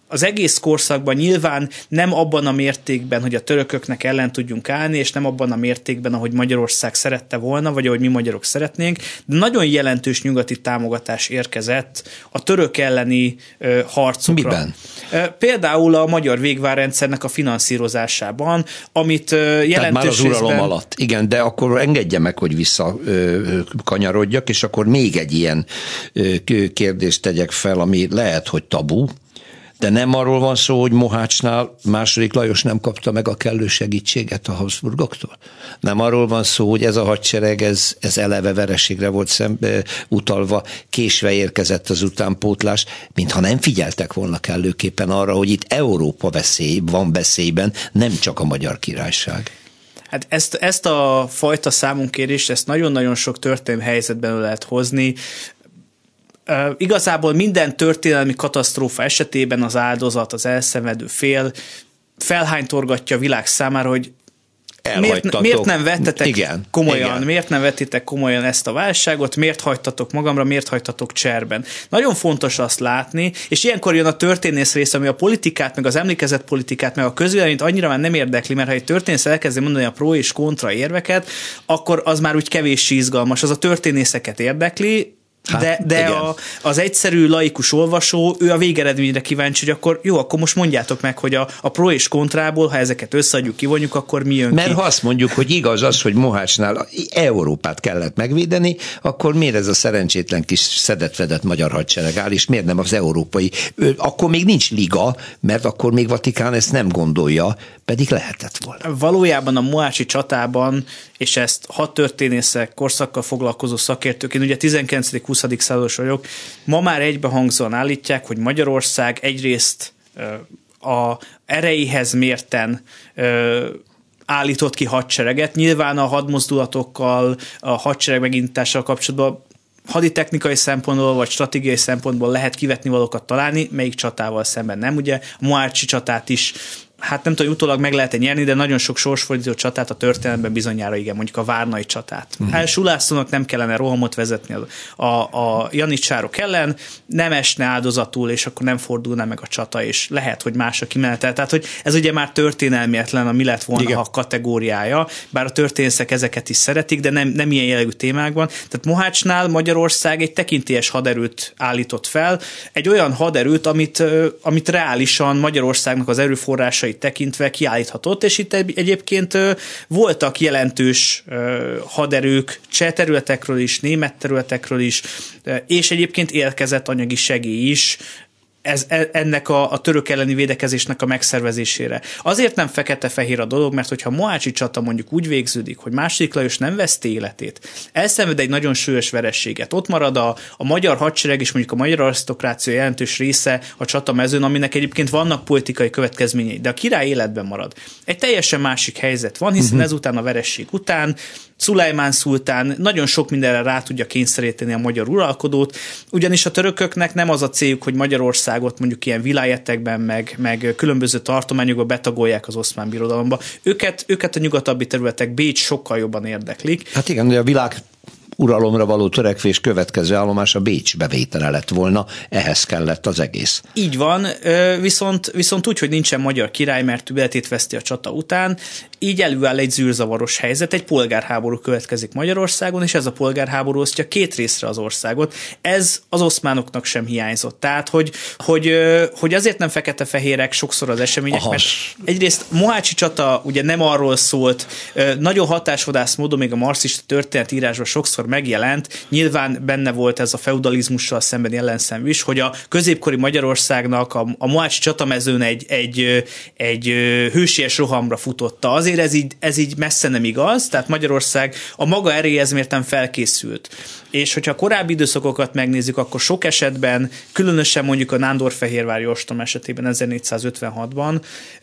az egész korszakban nyilván nem abban a mértékben, hogy a törököknek ellen tudjunk állni, és nem abban a mértékben, ahogy Magyarország szerette volna, vagy ahogy mi magyarok szeretnénk, de nagyon jelentős nyugati támogatás érkezett a török elleni ö, harcokra. Miben? Például a magyar végvárrendszernek a finanszírozásában, amit jelentős Tehát már az uralom részben... alatt. Igen, de akkor engedje meg, hogy visszakanyarodjak, és akkor még egy ilyen kérdést tegyek fel, ami lehet, hogy tabu, de nem arról van szó, hogy Mohácsnál második Lajos nem kapta meg a kellő segítséget a Habsburgoktól? Nem arról van szó, hogy ez a hadsereg, ez, ez eleve vereségre volt szembe utalva, késve érkezett az utánpótlás, mintha nem figyeltek volna kellőképpen arra, hogy itt Európa veszély, van veszélyben, nem csak a Magyar Királyság. Hát ezt, ezt a fajta számunkérést, ezt nagyon-nagyon sok történelmi helyzetben lehet hozni. Uh, igazából minden történelmi katasztrófa esetében az áldozat, az elszenvedő fél felhánytorgatja a világ számára, hogy miért, miért nem vettetek igen, komolyan, igen. miért nem vettétek komolyan ezt a válságot, miért hagytatok magamra, miért hagytatok cserben. Nagyon fontos azt látni, és ilyenkor jön a történész rész, ami a politikát, meg az emlékezetpolitikát, meg a közvéleményt annyira már nem érdekli, mert ha egy történész elkezdi mondani a pro és kontra érveket, akkor az már úgy kevéssé izgalmas. Az a történészeket érdekli, Hát, de de a, az egyszerű laikus olvasó, ő a végeredményre kíváncsi, hogy akkor jó, akkor most mondjátok meg, hogy a, a pro és kontrából, ha ezeket összeadjuk, kivonjuk, akkor mi jön Mert ki? ha azt mondjuk, hogy igaz az, hogy Mohácsnál Európát kellett megvédeni, akkor miért ez a szerencsétlen kis szedett-vedett magyar hadsereg áll, és miért nem az európai? Akkor még nincs liga, mert akkor még Vatikán ezt nem gondolja, pedig lehetett volna. Valójában a mohácsi csatában, és ezt hadtörténészek, korszakkal foglalkozó szakértők, én ugye tizenkilencedik-huszadik százados vagyok, ma már egybehangzóan állítják, hogy Magyarország egyrészt a erejéhez mérten állított ki hadsereget. Nyilván a hadmozdulatokkal, a hadsereg megindítással kapcsolatban haditechnikai szempontból vagy stratégiai szempontból lehet kivetni valókat találni, melyik csatával szemben nem. Ugye a mohácsi csatát is, hát nem tudom, utólag meg lehet nyerni, de nagyon sok sorsfordító csatát a történelemben bizonyára igen, mondjuk a várnai csatát. Uh-huh. Hát Ulászlónak nem kellene rohamot vezetni a, a, a janicsárok ellen, nem esne áldozatul, és akkor nem fordulna meg a csata, és lehet, hogy más a kimenetel. Tehát, hogy ez ugye már történelmietlen, a mi lett volna igen. a kategóriája, bár a történészek ezeket is szeretik, de nem, nem ilyen jellegű témákban. Tehát Mohácsnál Magyarország egy tekintélyes haderőt állított fel, egy olyan haderőt, amit, amit reálisan Magyarországnak az erőforrásai tekintve kiállíthatott, és itt egyébként voltak jelentős haderők cseh területekről is, német területekről is, és egyébként érkezett anyagi segély is ez, ennek a, a török elleni védekezésnek a megszervezésére. Azért nem fekete-fehér a dolog, mert hogyha a mohácsi csata mondjuk úgy végződik, hogy második Lajos nem veszti életét, elszenved egy nagyon súlyos verességet, ott marad a, a magyar hadsereg és mondjuk a magyar arisztokrácia jelentős része a csatamezőn, aminek egyébként vannak politikai következményei, de a király életben marad. Egy teljesen másik helyzet van, hiszen uh-huh. ezután a veresség után Szulajmán szultán nagyon sok mindenre rá tudja kényszeríteni a magyar uralkodót, ugyanis a törököknek nem az a céljuk, hogy Magyarországot mondjuk ilyen vilájetekben, meg, meg különböző tartományokba betagolják az Oszmán Birodalomba. Őket, őket a nyugatabbi területek, Bécs sokkal jobban érdeklik. Hát igen, de a világ uralomra való törekvés következő állomás a Bécs bevétele lett volna, ehhez kellett az egész. Így van, viszont, viszont úgy, hogy nincsen magyar király, mert életét veszti a csata után, így előáll egy zűrzavaros helyzet, egy polgárháború következik Magyarországon, és ez a polgárháború osztja két részre az országot. Ez az oszmánoknak sem hiányzott. Tehát, hogy, hogy, hogy azért nem fekete-fehérek sokszor az események, Aha. mert egyrészt mohácsi csata ugye nem arról szólt, nagyon hatásvadász módon még a marxista történetírásban sokszor megjelent, nyilván benne volt ez a feudalizmussal szembeni ellenszem is, hogy a középkori Magyarországnak a, a mohácsi csatamezőn egy, egy, egy hősies rohamra futotta. Azért ez így, ez így messze nem igaz, tehát Magyarország a maga erejéhez mérten felkészült. És hogyha a korábbi időszakokat megnézzük, akkor sok esetben, különösen mondjuk a Nándorfehérvári ostrom esetében ezernégyszázötvenhatban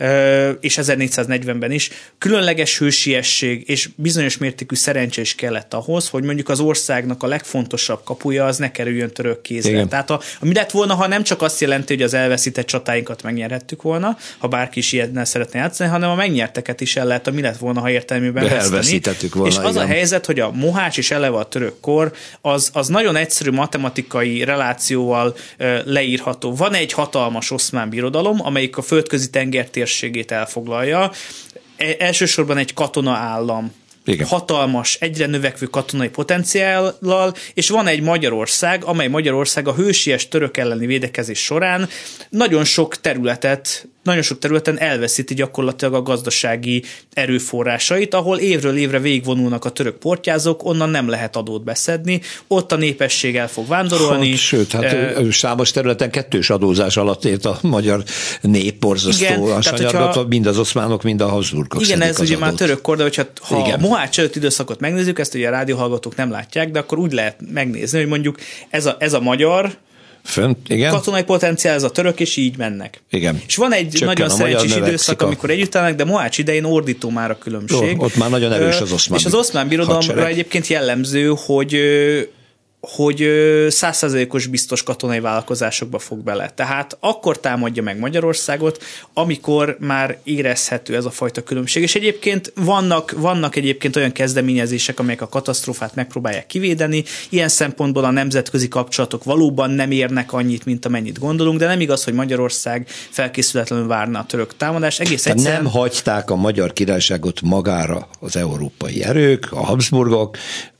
és ezernégyszáznegyvenben is, különleges hősiesség és bizonyos mértékű szerencse is kellett ahhoz, hogy mondjuk az országnak a legfontosabb kapuja, az ne kerüljön török kézre. Igen. Tehát a, ami lett volna, ha nem csak azt jelenti, hogy az elveszített csatáinkat megnyerhettük volna, ha bárki is ilyennel szeretne játszani, hanem a megnyerteket is el lehet, mi lett volna, ha értelmében veszteni. Volna, és az igen. a helyzet, hogy a Mohács és eleve a török kor, az, az nagyon egyszerű matematikai relációval uh, leírható. Van egy hatalmas oszmán birodalom, amelyik a földközi tenger térségét elfoglalja. E- elsősorban egy katona állam. Igen. Hatalmas, egyre növekvő katonai potenciállal, és van egy Magyarország, amely Magyarország a hősies török elleni védekezés során nagyon sok területet, nagyon sok területen elveszíti gyakorlatilag a gazdasági erőforrásait, ahol évről évre végigvonulnak a török portyázók, onnan nem lehet adót beszedni, ott a népesség el fog vándorolni. Hát, sőt, hát e, számos területen kettős adózás alatt ért a magyar nép borzasztóan sanyargatva, mind az oszmánok, mind a Habsburgok. Igen, ez ugye adót. Már török kor, de hogyha ha igen. a Mohács előtt időszakot megnézzük, ezt ugye a rádióhallgatók nem látják, de akkor úgy lehet megnézni, hogy mondjuk ez a, ez a magyar Fönt, igen. katonai potenciál, ez a török, és így mennek. Igen. És van egy Csökken nagyon szerencsés időszak, a... amikor együtt állnak, de Mohács idején ordító már a különbség. Jó, ott már nagyon erős az oszmán. És az oszmán birodalomra egyébként jellemző, hogy hogy száz százalékos biztos katonai vállalkozásokba fog bele. Tehát akkor támadja meg Magyarországot, amikor már érezhető ez a fajta különbség. És egyébként vannak, vannak egyébként olyan kezdeményezések, amelyek a katasztrófát megpróbálják kivédeni. Ilyen szempontból a nemzetközi kapcsolatok valóban nem érnek annyit, mint amennyit gondolunk, de nem igaz, hogy Magyarország felkészületlenül várna a török támadást. Egész egyszerűen... Nem hagyták a Magyar Királyságot magára az európai erők, a Habsburgok.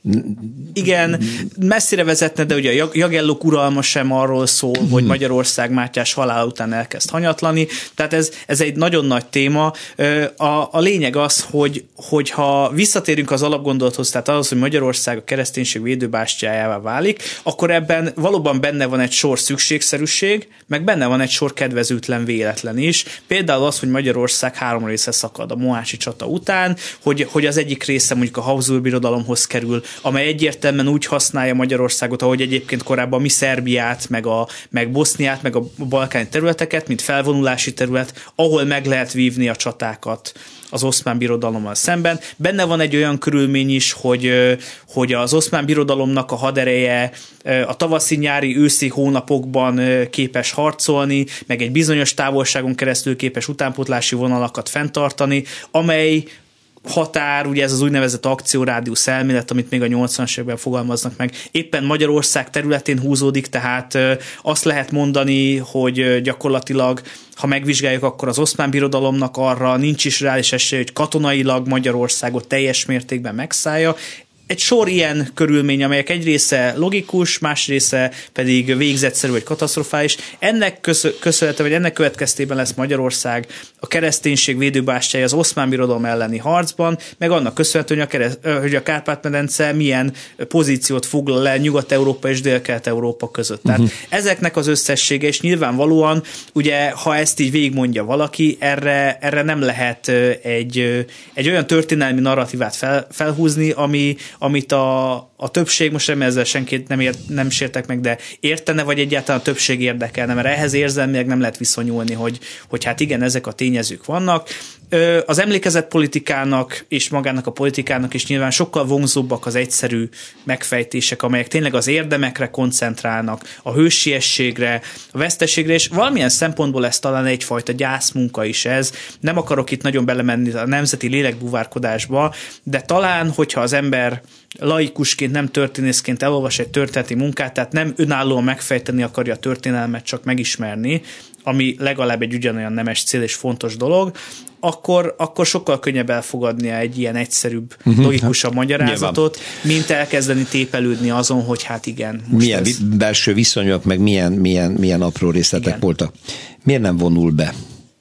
Igen, messzire vezetne, de ugye a Jagellók uralma sem arról szól, hogy Magyarország Mátyás halála után elkezd hanyatlani, tehát ez, ez egy nagyon nagy téma. A, a lényeg az, hogy, hogy ha visszatérünk az alapgondolathoz, tehát az, hogy Magyarország a kereszténység védőbástyájává válik, akkor ebben valóban benne van egy sor szükségszerűség, meg benne van egy sor kedvezőtlen véletlen is. Például az, hogy Magyarország három része szakad a mohácsi csata után, hogy, hogy az egyik része mondjuk a Habsburg birodalomhoz kerül, amely egyértelműen úgy használja Magyarországot, ahogy egyébként korábban mi Szerbiát, meg, a, meg Boszniát, meg a balkáni területeket, mint felvonulási terület, ahol meg lehet vívni a csatákat az oszmán birodalommal szemben. Benne van egy olyan körülmény is, hogy, hogy az oszmán birodalomnak a hadereje a tavaszi, nyári, őszi hónapokban képes harcolni, meg egy bizonyos távolságon keresztül képes utánpótlási vonalakat fenntartani, amely határ, ugye ez az úgynevezett akciórádiusz elmélet, amit még a nyolcvanas években fogalmaznak meg, éppen Magyarország területén húzódik, tehát azt lehet mondani, hogy gyakorlatilag, ha megvizsgáljuk, akkor az oszmán birodalomnak arra nincs is reális esély, hogy katonailag Magyarországot teljes mértékben megszállja. Egy sor ilyen körülmény, amelyek egy része logikus, más része pedig végzetszerű vagy katasztrofális. Ennek köszönhetően, vagy ennek következtében lesz Magyarország a kereszténység védőbástyája az oszmán birodalom elleni harcban, meg annak köszönhetően, hogy a, kereszt, hogy a Kárpát-medence milyen pozíciót foglal le Nyugat-Európa és Dél-Kelet-Európa között. Tehát uh-huh. ezeknek az összessége, és nyilvánvalóan, ugye, ha ezt így végigmondja valaki, erre, erre nem lehet egy, egy olyan történelmi narratívát fel, felhúzni, ami amit a, a többség, most remélem ezzel senkit nem, ért, nem sértek meg, de értene, vagy egyáltalán a többség érdekelne, mert ehhez érzelmileg nem lehet viszonyulni, hogy, hogy hát igen, ezek a tényezők vannak. Az emlékezetpolitikának és magának a politikának is nyilván sokkal vonzóbbak az egyszerű megfejtések, amelyek tényleg az érdemekre koncentrálnak, a hősiességre, a veszteségre, és valamilyen szempontból ez talán egyfajta gyászmunka is ez. Nem akarok itt nagyon belemenni a nemzeti lélekbúvárkodásba, de talán, hogyha az ember laikusként, nem történészként elolvas egy történeti munkát, tehát nem önállóan megfejteni akarja a történelmet, csak megismerni, ami legalább egy ugyanolyan nemes cél és fontos dolog, akkor, akkor sokkal könnyebb elfogadnia egy ilyen egyszerűbb, uh-huh. logikusabb magyarázatot, nyilván. Mint elkezdeni tépelődni azon, hogy hát igen. Most milyen ez... belső viszonyok, meg milyen, milyen, milyen apró részletek igen. voltak. Miért nem vonul be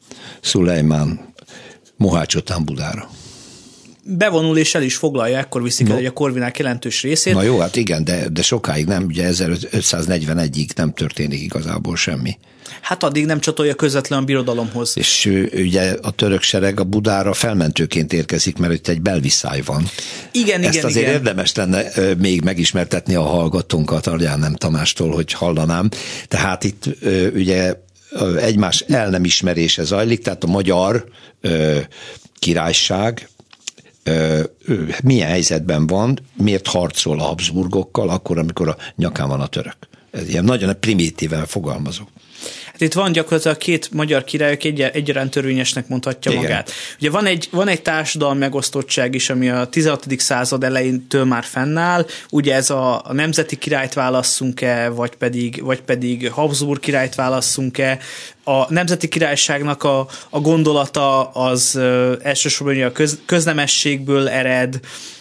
Szulejmán Mohács után Budára? Bevonul és el is foglalja, ekkor viszik no. el a Korvinák jelentős részét. Na jó, hát igen, de, de sokáig nem, ugye ezerötszáznegyvenegyig nem történik igazából semmi. Hát addig nem csatolja közvetlen a birodalomhoz. És ugye a török sereg a Budára felmentőként érkezik, mert itt egy belviszály van. Igen, Ezt igen, azért igen. érdemes lenne még megismertetni a hallgatónkat Arján Nem Tamástól, hogy hallanám. Tehát itt ugye egymás el nem ismerése zajlik, tehát a magyar királyság ő milyen helyzetben van, miért harcol a Habsburgokkal, akkor, amikor a nyakán van a török. Ez ilyen nagyon primitíven fogalmazok. Hát itt van gyakorlatilag két magyar király, aki egy, egyaránt törvényesnek mondhatja Igen. magát. Ugye van egy, van egy társadalmi megosztottság is, ami a tizenhatodik század elejétől már fennáll. Ugye ez a, a nemzeti királyt válasszunk-e, vagy pedig, vagy pedig Habsburg királyt válasszunk-e. A nemzeti királyságnak a, a gondolata az ö, elsősorban a köz, köznemességből ered.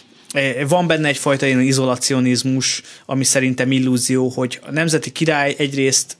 Van benne egyfajta ilyen izolacionizmus, ami szerintem illúzió, hogy a nemzeti király egyrészt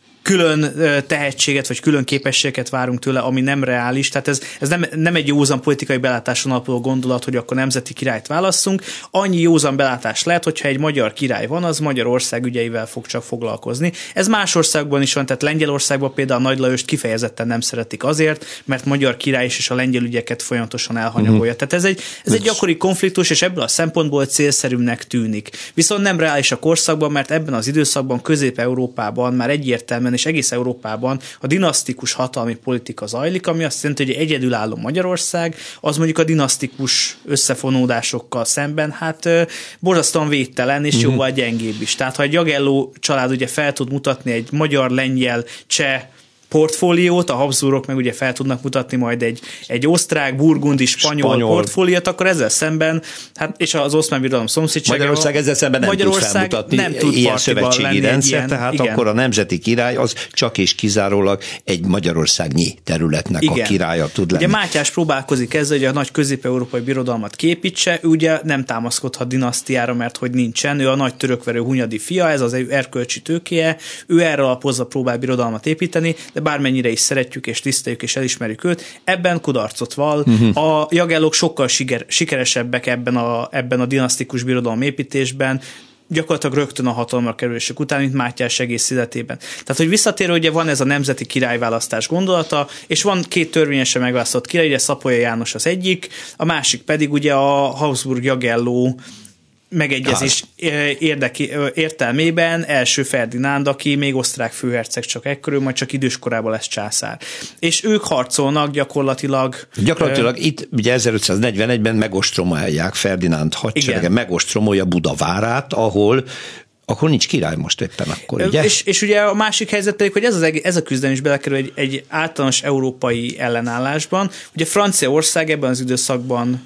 külön tehetséget, vagy külön képességeket várunk tőle, ami nem reális. Tehát ez, ez nem, nem egy józan politikai belátáson alapuló gondolat, hogy akkor nemzeti királyt válasszunk. Annyi józan belátás lehet, hogyha egy magyar király van, az Magyarország ügyeivel fog csak foglalkozni. Ez más országban is van, tehát Lengyelországban például Nagy Lajost kifejezetten nem szeretik azért, mert magyar király is és a lengyel ügyeket folyamatosan elhanyagolja. Uh-huh. Tehát ez egy, ez egy gyakori konfliktus, és ebből a szempontból célszerűnek tűnik. Viszont nem reális a korszakban, mert ebben az időszakban Közép-Európában már egyértelműen és egész Európában a dinasztikus hatalmi politika zajlik, ami azt jelenti, hogy egyedülálló Magyarország, az mondjuk a dinasztikus összefonódásokkal szemben, hát borzasztóan védtelen és uh-huh. jóval gyengébb is. Tehát ha egy Jagelló család ugye fel tud mutatni egy magyar, lengyel, cseh portfóliót, a Habsburgok meg ugye fel tudnak mutatni majd egy, egy osztrák, burgundi, spanyol, spanyol portfóliót, akkor ezzel szemben, hát és az Oszmán Birodalom szomszédsága. Magyarország ezzel szemben nem tud felmutatni nem tud ilyen szövetségi rendszer, ilyen, tehát igen. Akkor a nemzeti király az csak és kizárólag egy magyarországnyi területnek igen. a királya tud lenni. Ugye Mátyás próbálkozik ezzel, hogy a nagy közép-európai birodalmat képítse, ő ugye nem támaszkodhat dinasztiára, mert hogy nincsen, ő a nagy törökverő Hunyadi fia, ez az erkölcsi tőkéje, ő erre alapozva próbál birodalmat építeni, de bármennyire is szeretjük és tiszteljük és elismerjük őt, ebben kudarcot val. Uh-huh. A Jagellók sokkal siker, sikeresebbek ebben a, ebben a dinasztikus birodalom építésben, gyakorlatilag rögtön a hatalomra kerülésük után, mint Mátyás egész életében. Tehát, hogy visszatérő, ugye van ez a nemzeti királyválasztás gondolata, és van két törvényesen megválasztott király, ugye Szapolyai János az egyik, a másik pedig ugye a Habsburg-Jagelló megegyezés érdeki, értelmében első Ferdinánd, aki még osztrák főherceg csak ekkor, majd csak időskorában lesz császár. És ők harcolnak gyakorlatilag... Gyakorlatilag uh, itt ugye ezerötszáznegyvenegyben megostromolják Ferdinánd hadserege, megostromolja Budavárát, ahol akkor nincs király most éppen akkor, ugye? És, és ugye a másik helyzet pedig, hogy ez, az, ez a küzdelem is belekerül egy, egy általános európai ellenállásban. Ugye Franciaország ebben az időszakban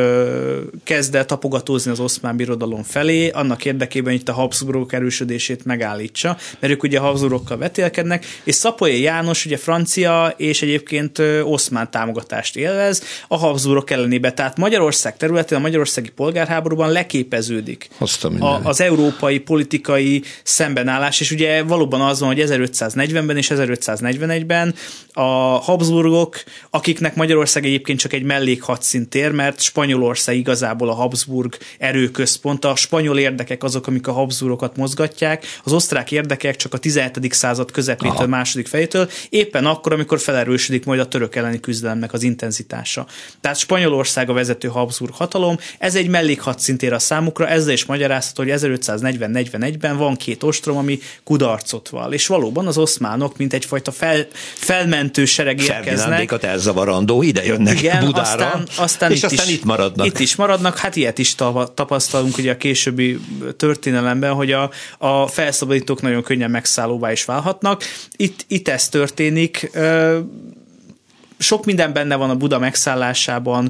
kezd el tapogatózni az Oszmán Birodalom felé, annak érdekében, hogy itt a Habsburgok erősödését megállítsa, mert ők ugye Habsburgokkal vetélkednek, és Szapolyai János ugye francia és egyébként oszmán támogatást élvez a Habsburgok ellenébe. Tehát Magyarország területén a magyarországi polgárháborúban leképeződik a, az európai politikai szembenállás, és ugye valóban az van, hogy ezerötszáznegyvenben és ezerötszáznegyvenegyben a Habsburgok, akiknek Magyarország egyébként csak egy mellékhadszintér, mert Spanyolország igazából a Habsburg erőközpont, a spanyol érdekek azok, amik a Habsburgokat mozgatják, az osztrák érdekek csak a tizenhetedik század közepétől, második fejétől, éppen akkor, amikor felerősödik majd a török elleni küzdelemnek az intenzitása. Tehát Spanyolország a vezető Habsburg hatalom, ez egy mellékhadszintér a számukra, ezzel is magyarázható, hogy ezerötszáznegyven-negyvenegyben van két ostrom, ami kudarcot val. És valóban az oszmánok, mint egyfajta fel, felmentő sereg érkeznek. Ferdinándékat elzavarandó, ide jönnek igen, Budára, aztán, aztán és itt aztán is, itt maradnak. Itt is maradnak, hát ilyet is tapasztalunk ugye a későbbi történelemben, hogy a, a felszabadítók nagyon könnyen megszállóvá is válhatnak. Itt, itt ez történik. Sok minden benne van a Buda megszállásában,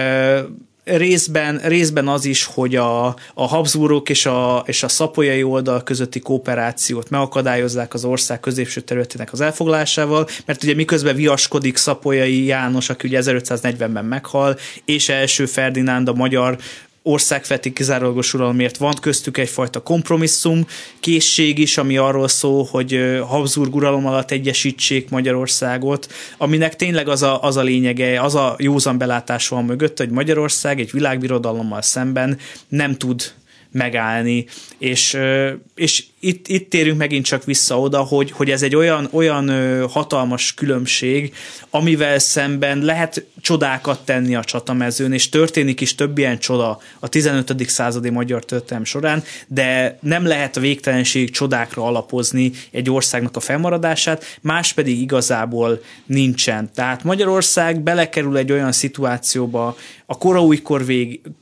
Részben, részben az is, hogy a, a Habsburgok és a, és a szapolyai oldal közötti kooperációt megakadályozzák az ország középső területének az elfoglalásával, mert ugye miközben viaskodik Szapolyai János, aki ugye ezerötszáznegyvenben meghal, és első Ferdinánd a magyar országfeletti kizárólagos uralomért van köztük egyfajta kompromisszum készség is, ami arról szól, hogy Habsburg uralom alatt egyesítsék Magyarországot, aminek tényleg az a, az a lényege, az a józan belátás van mögött, hogy Magyarország egy világbirodalommal szemben nem tud megállni, és, és itt, itt térünk megint csak vissza oda, hogy, hogy ez egy olyan, olyan hatalmas különbség, amivel szemben lehet csodákat tenni a csatamezőn, és történik is több ilyen csoda a tizenötödik századi magyar történelem során, de nem lehet a végtelenség csodákra alapozni egy országnak a fennmaradását, más pedig igazából nincsen. Tehát Magyarország belekerül egy olyan szituációba a kora újkor vég,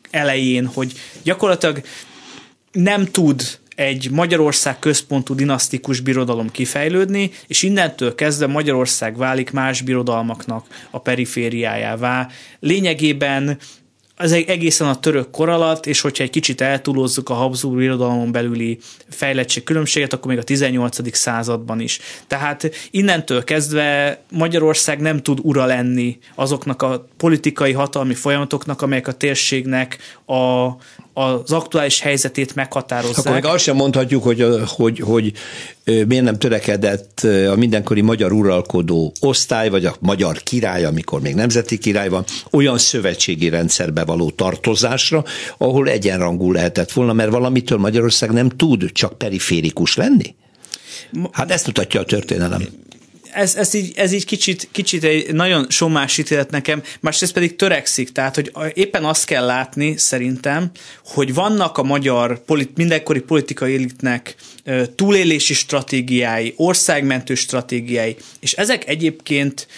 elején, hogy gyakorlatilag nem tud egy Magyarország központú dinasztikus birodalom kifejlődni, és innentől kezdve Magyarország válik más birodalmaknak a perifériájává. Lényegében az egészen a török kor alatt, és hogyha egy kicsit eltúlozzuk a Habsburg birodalmon belüli fejlettség különbséget, akkor még a tizennyolcadik században is. Tehát innentől kezdve Magyarország nem tud ura lenni azoknak a politikai hatalmi folyamatoknak, amelyek a térségnek a, az aktuális helyzetét meghatározzák. Akkor még azt sem mondhatjuk, hogy, hogy, hogy miért nem törekedett a mindenkori magyar uralkodó osztály, vagy a magyar király, amikor még nemzeti király van, olyan szövetségi rendszerbe való tartozásra, ahol egyenrangú lehetett volna, mert valamitől Magyarország nem tud csak periférikus lenni? Hát ezt mutatja a történelem. Ez, ez, így, ez így kicsit, kicsit egy nagyon sommás ítélet nekem, másrészt pedig törekszik, tehát hogy éppen azt kell látni szerintem, hogy vannak a magyar polit, mindenkori politikai elitnek túlélési stratégiái, országmentő stratégiái, és ezek egyébként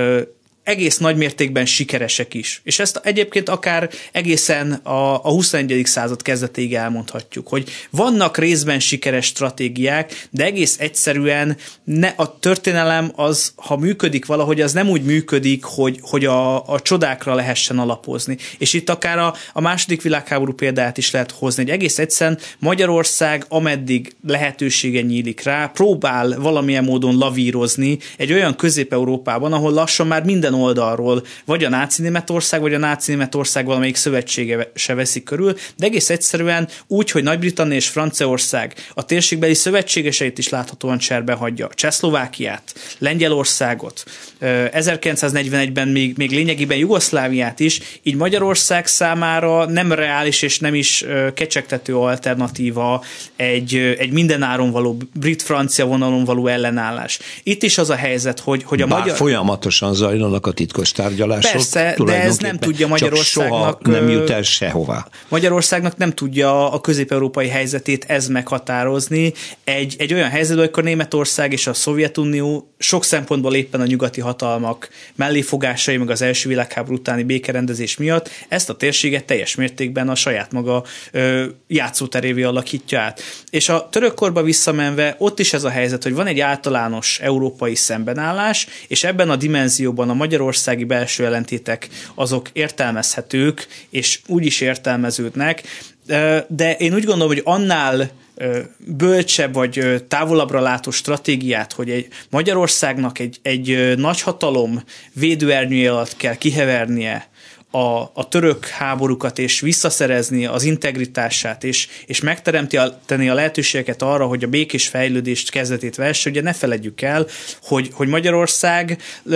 egész nagy mértékben sikeresek is. És ezt egyébként akár egészen a, a huszonegyedik század kezdetéig elmondhatjuk, hogy vannak részben sikeres stratégiák, de egész egyszerűen ne, a történelem az, ha működik valahogy, az nem úgy működik, hogy, hogy a, a csodákra lehessen alapozni. És itt akár a, a második világháború példáját is lehet hozni, hogy egész egyszerűen Magyarország, ameddig lehetősége nyílik rá, próbál valamilyen módon lavírozni egy olyan Közép-Európában, ahol lassan már minden oldalról, vagy a náci Németország, vagy a náci Németország valamelyik szövetsége se veszi körül, de egész egyszerűen úgy, hogy Nagy-Britannia és Franciaország a térségbeli szövetségeseit is láthatóan cserben hagyja. Csehszlovákiát, Lengyelországot, ezerkilencszáznegyvenegyben még, még lényegében Jugoszláviát is, így Magyarország számára nem reális és nem is kecsegtető alternatíva egy, egy mindenáron való brit-francia vonalon való ellenállás. Itt is az a helyzet, hogy, hogy a Bár magyar... folyamatosan zajlanak a titkos tárgyalások. Persze, de ez nem tudja Magyarországnak... nem jut el sehová. Magyarországnak nem tudja a közép-európai helyzetét ez meghatározni. Egy, egy olyan helyzetben, amikor Németország és a Szovjetunió sok szempontból éppen a nyugati hatalmak melléfogásai, meg az első világháború utáni békerendezés miatt ezt a térséget teljes mértékben a saját maga ö, játszóterévé alakítja át. És a török korba visszamenve ott is ez a helyzet, hogy van egy általános európai szembenállás, és ebben a dimenzióban a magyarországi belső ellentétek azok értelmezhetők, és úgy is értelmeződnek, de én úgy gondolom, hogy annál bölcsebb vagy távolabbra látó stratégiát, hogy egy Magyarországnak egy, egy nagyhatalom védőernyője alatt kell kihevernie a, a török háborúkat, és visszaszerezni az integritását, és, és megteremteni a lehetőségeket arra, hogy a békés fejlődést kezdetét vesse. Ugye ne feledjük el, hogy, hogy Magyarország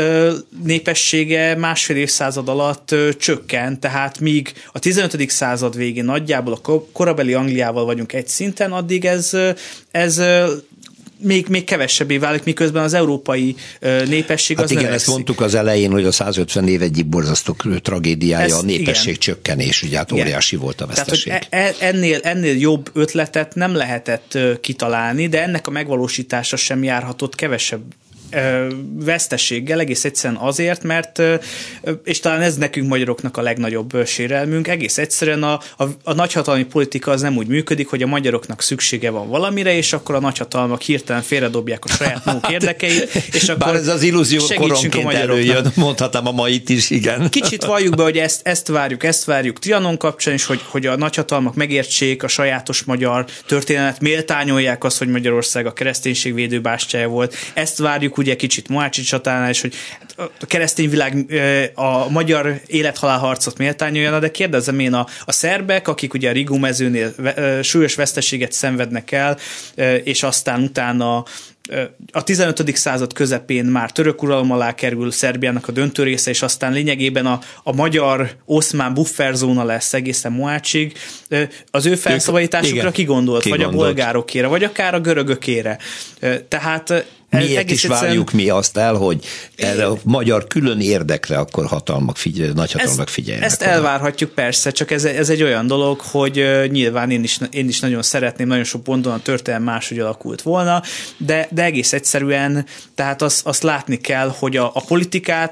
népessége másfél évszázad alatt csökkent, tehát míg a tizenötödik század végén nagyjából a korabeli Angliával vagyunk egy szinten, addig ez, ez Még, még kevesebbé válik, miközben az európai népesség hát az igen, növekszik. ezt mondtuk az elején, hogy a százötven év egyik borzasztó tragédiája Ezt, a népesség igen. csökkenés, ugye hát Igen. óriási volt a veszteség. Tehát, hogy ennél, ennél jobb ötletet nem lehetett kitalálni, de ennek a megvalósítása sem járhatott kevesebb veszteséggel, egész egyszerűen azért, mert, és talán ez nekünk magyaroknak a legnagyobb sérelmünk, egész egyszerűen a, a, a nagyhatalmi politika az nem úgy működik, hogy a magyaroknak szüksége van valamire, és akkor a nagyhatalmak hirtelen félredobják a saját maguk érdekeit, és akkor Bár ez az illúzió koronként előjön, mondhatnám a mait is, igen. Kicsit valljuk be, hogy ezt, ezt várjuk, ezt várjuk Trianon kapcsán is, hogy, hogy a nagyhatalmak megértsék a sajátos magyar történetet, méltányolják azt, hogy Magyarország a kereszténység védőbástyája volt. Ezt várjuk ugye kicsit Mohácsi csatánál is, hogy a keresztény világ a magyar élet-halál harcot méltányolja, de kérdezem én a, a szerbek, akik ugye a Rigó mezőnél súlyos veszteséget szenvednek el, és aztán utána a tizenötödik század közepén már török uralom alá kerül Szerbiának a döntő része, és aztán lényegében a, a magyar-oszmán bufferzóna lesz egészen Mohácsig. Az ő felszabadításukra ki gondolt, vagy a bolgárokére, vagy akár a görögökére. Tehát miért is várjuk mi azt el, hogy erre a magyar külön érdekre akkor hatalmak figyel, nagyhatalmak figyeljenek. Ezt elvárhatjuk persze, csak ez, ez egy olyan dolog, hogy uh, nyilván én is, én is nagyon szeretném, nagyon sok ponton a történelem máshogy alakult volna, de, de egész egyszerűen, tehát azt, azt látni kell, hogy a, a politikát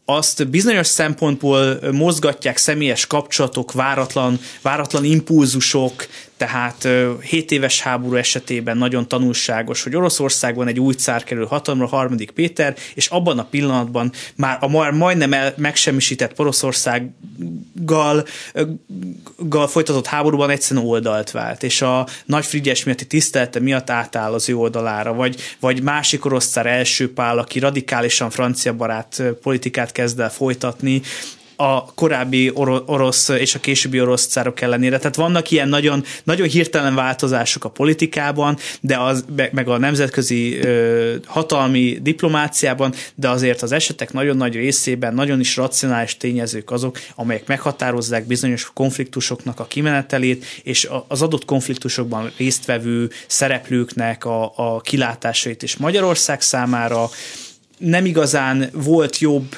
azt bizonyos szempontból mozgatják személyes kapcsolatok, váratlan, váratlan impulzusok, tehát hét éves háború esetében nagyon tanulságos, hogy Oroszországban egy új cár kerül hatalomra, Harmadik Péter, és abban a pillanatban már a már majdnem el, megsemmisített Oroszországgal gal folytatott háborúban egyszerűen oldalt vált, és a Nagy Frigyes miatti tisztelete miatt átáll az ő oldalára, vagy, vagy másik orosz cár első Pál, aki radikálisan francia barát politikát kezd el folytatni, a korábbi orosz és a későbbi orosz cárok ellenére. Tehát vannak ilyen nagyon, nagyon hirtelen változások a politikában, de az, meg a nemzetközi ö, hatalmi diplomáciában, de azért az esetek nagyon nagy részében nagyon is racionális tényezők azok, amelyek meghatározzák bizonyos konfliktusoknak a kimenetelét, és az adott konfliktusokban résztvevő szereplőknek a, a kilátásait is. Magyarország számára nem igazán volt jobb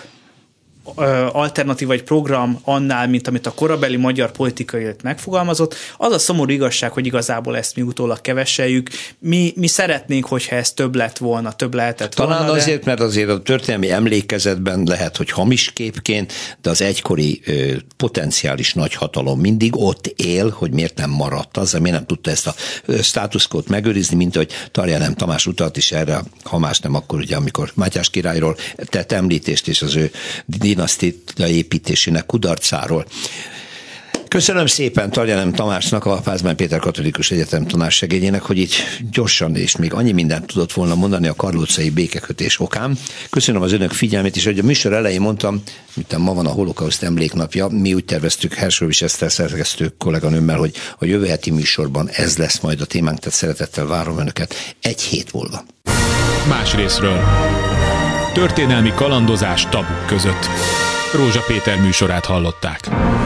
alternatív vagy program annál, mint amit a korabeli magyar politikai élet megfogalmazott. Az a szomorú igazság, hogy igazából ezt mi utólag keveseljük. Mi, mi szeretnénk, hogyha ez több lett volna, több lehetett Talán volna. Talán azért, de... mert azért a történelmi emlékezetben lehet, hogy hamis képként, de az egykori ö, potenciális nagyhatalom mindig ott él, hogy miért nem maradt az, miért nem tudta ezt a státuszkót megőrizni, mint ahogy Tarján Tamás utalt is erre, ha más nem, akkor ugye, amikor Mátyás királyról tett említést, és az ő dinasztia építésének kudarcáról. Köszönöm szépen Tarján Tamásnak, a Pázmány Péter Katolikus Egyetem tanársegédjének, hogy itt gyorsan és még annyi mindent tudott volna mondani a karlócai békekötés okán. Köszönöm az önök figyelmét, és hogy a műsor elején mondtam, mint ma van a holokauszt emléknapja, mi úgy terveztük Hersővis Eszter szerkesztő kolléganőmmel, hogy a jövő heti műsorban ez lesz majd a témánk, tehát szeretettel várom önöket egy hét múlva. Más részről. Történelmi kalandozás tabuk között. Rózsa Péter műsorát hallották.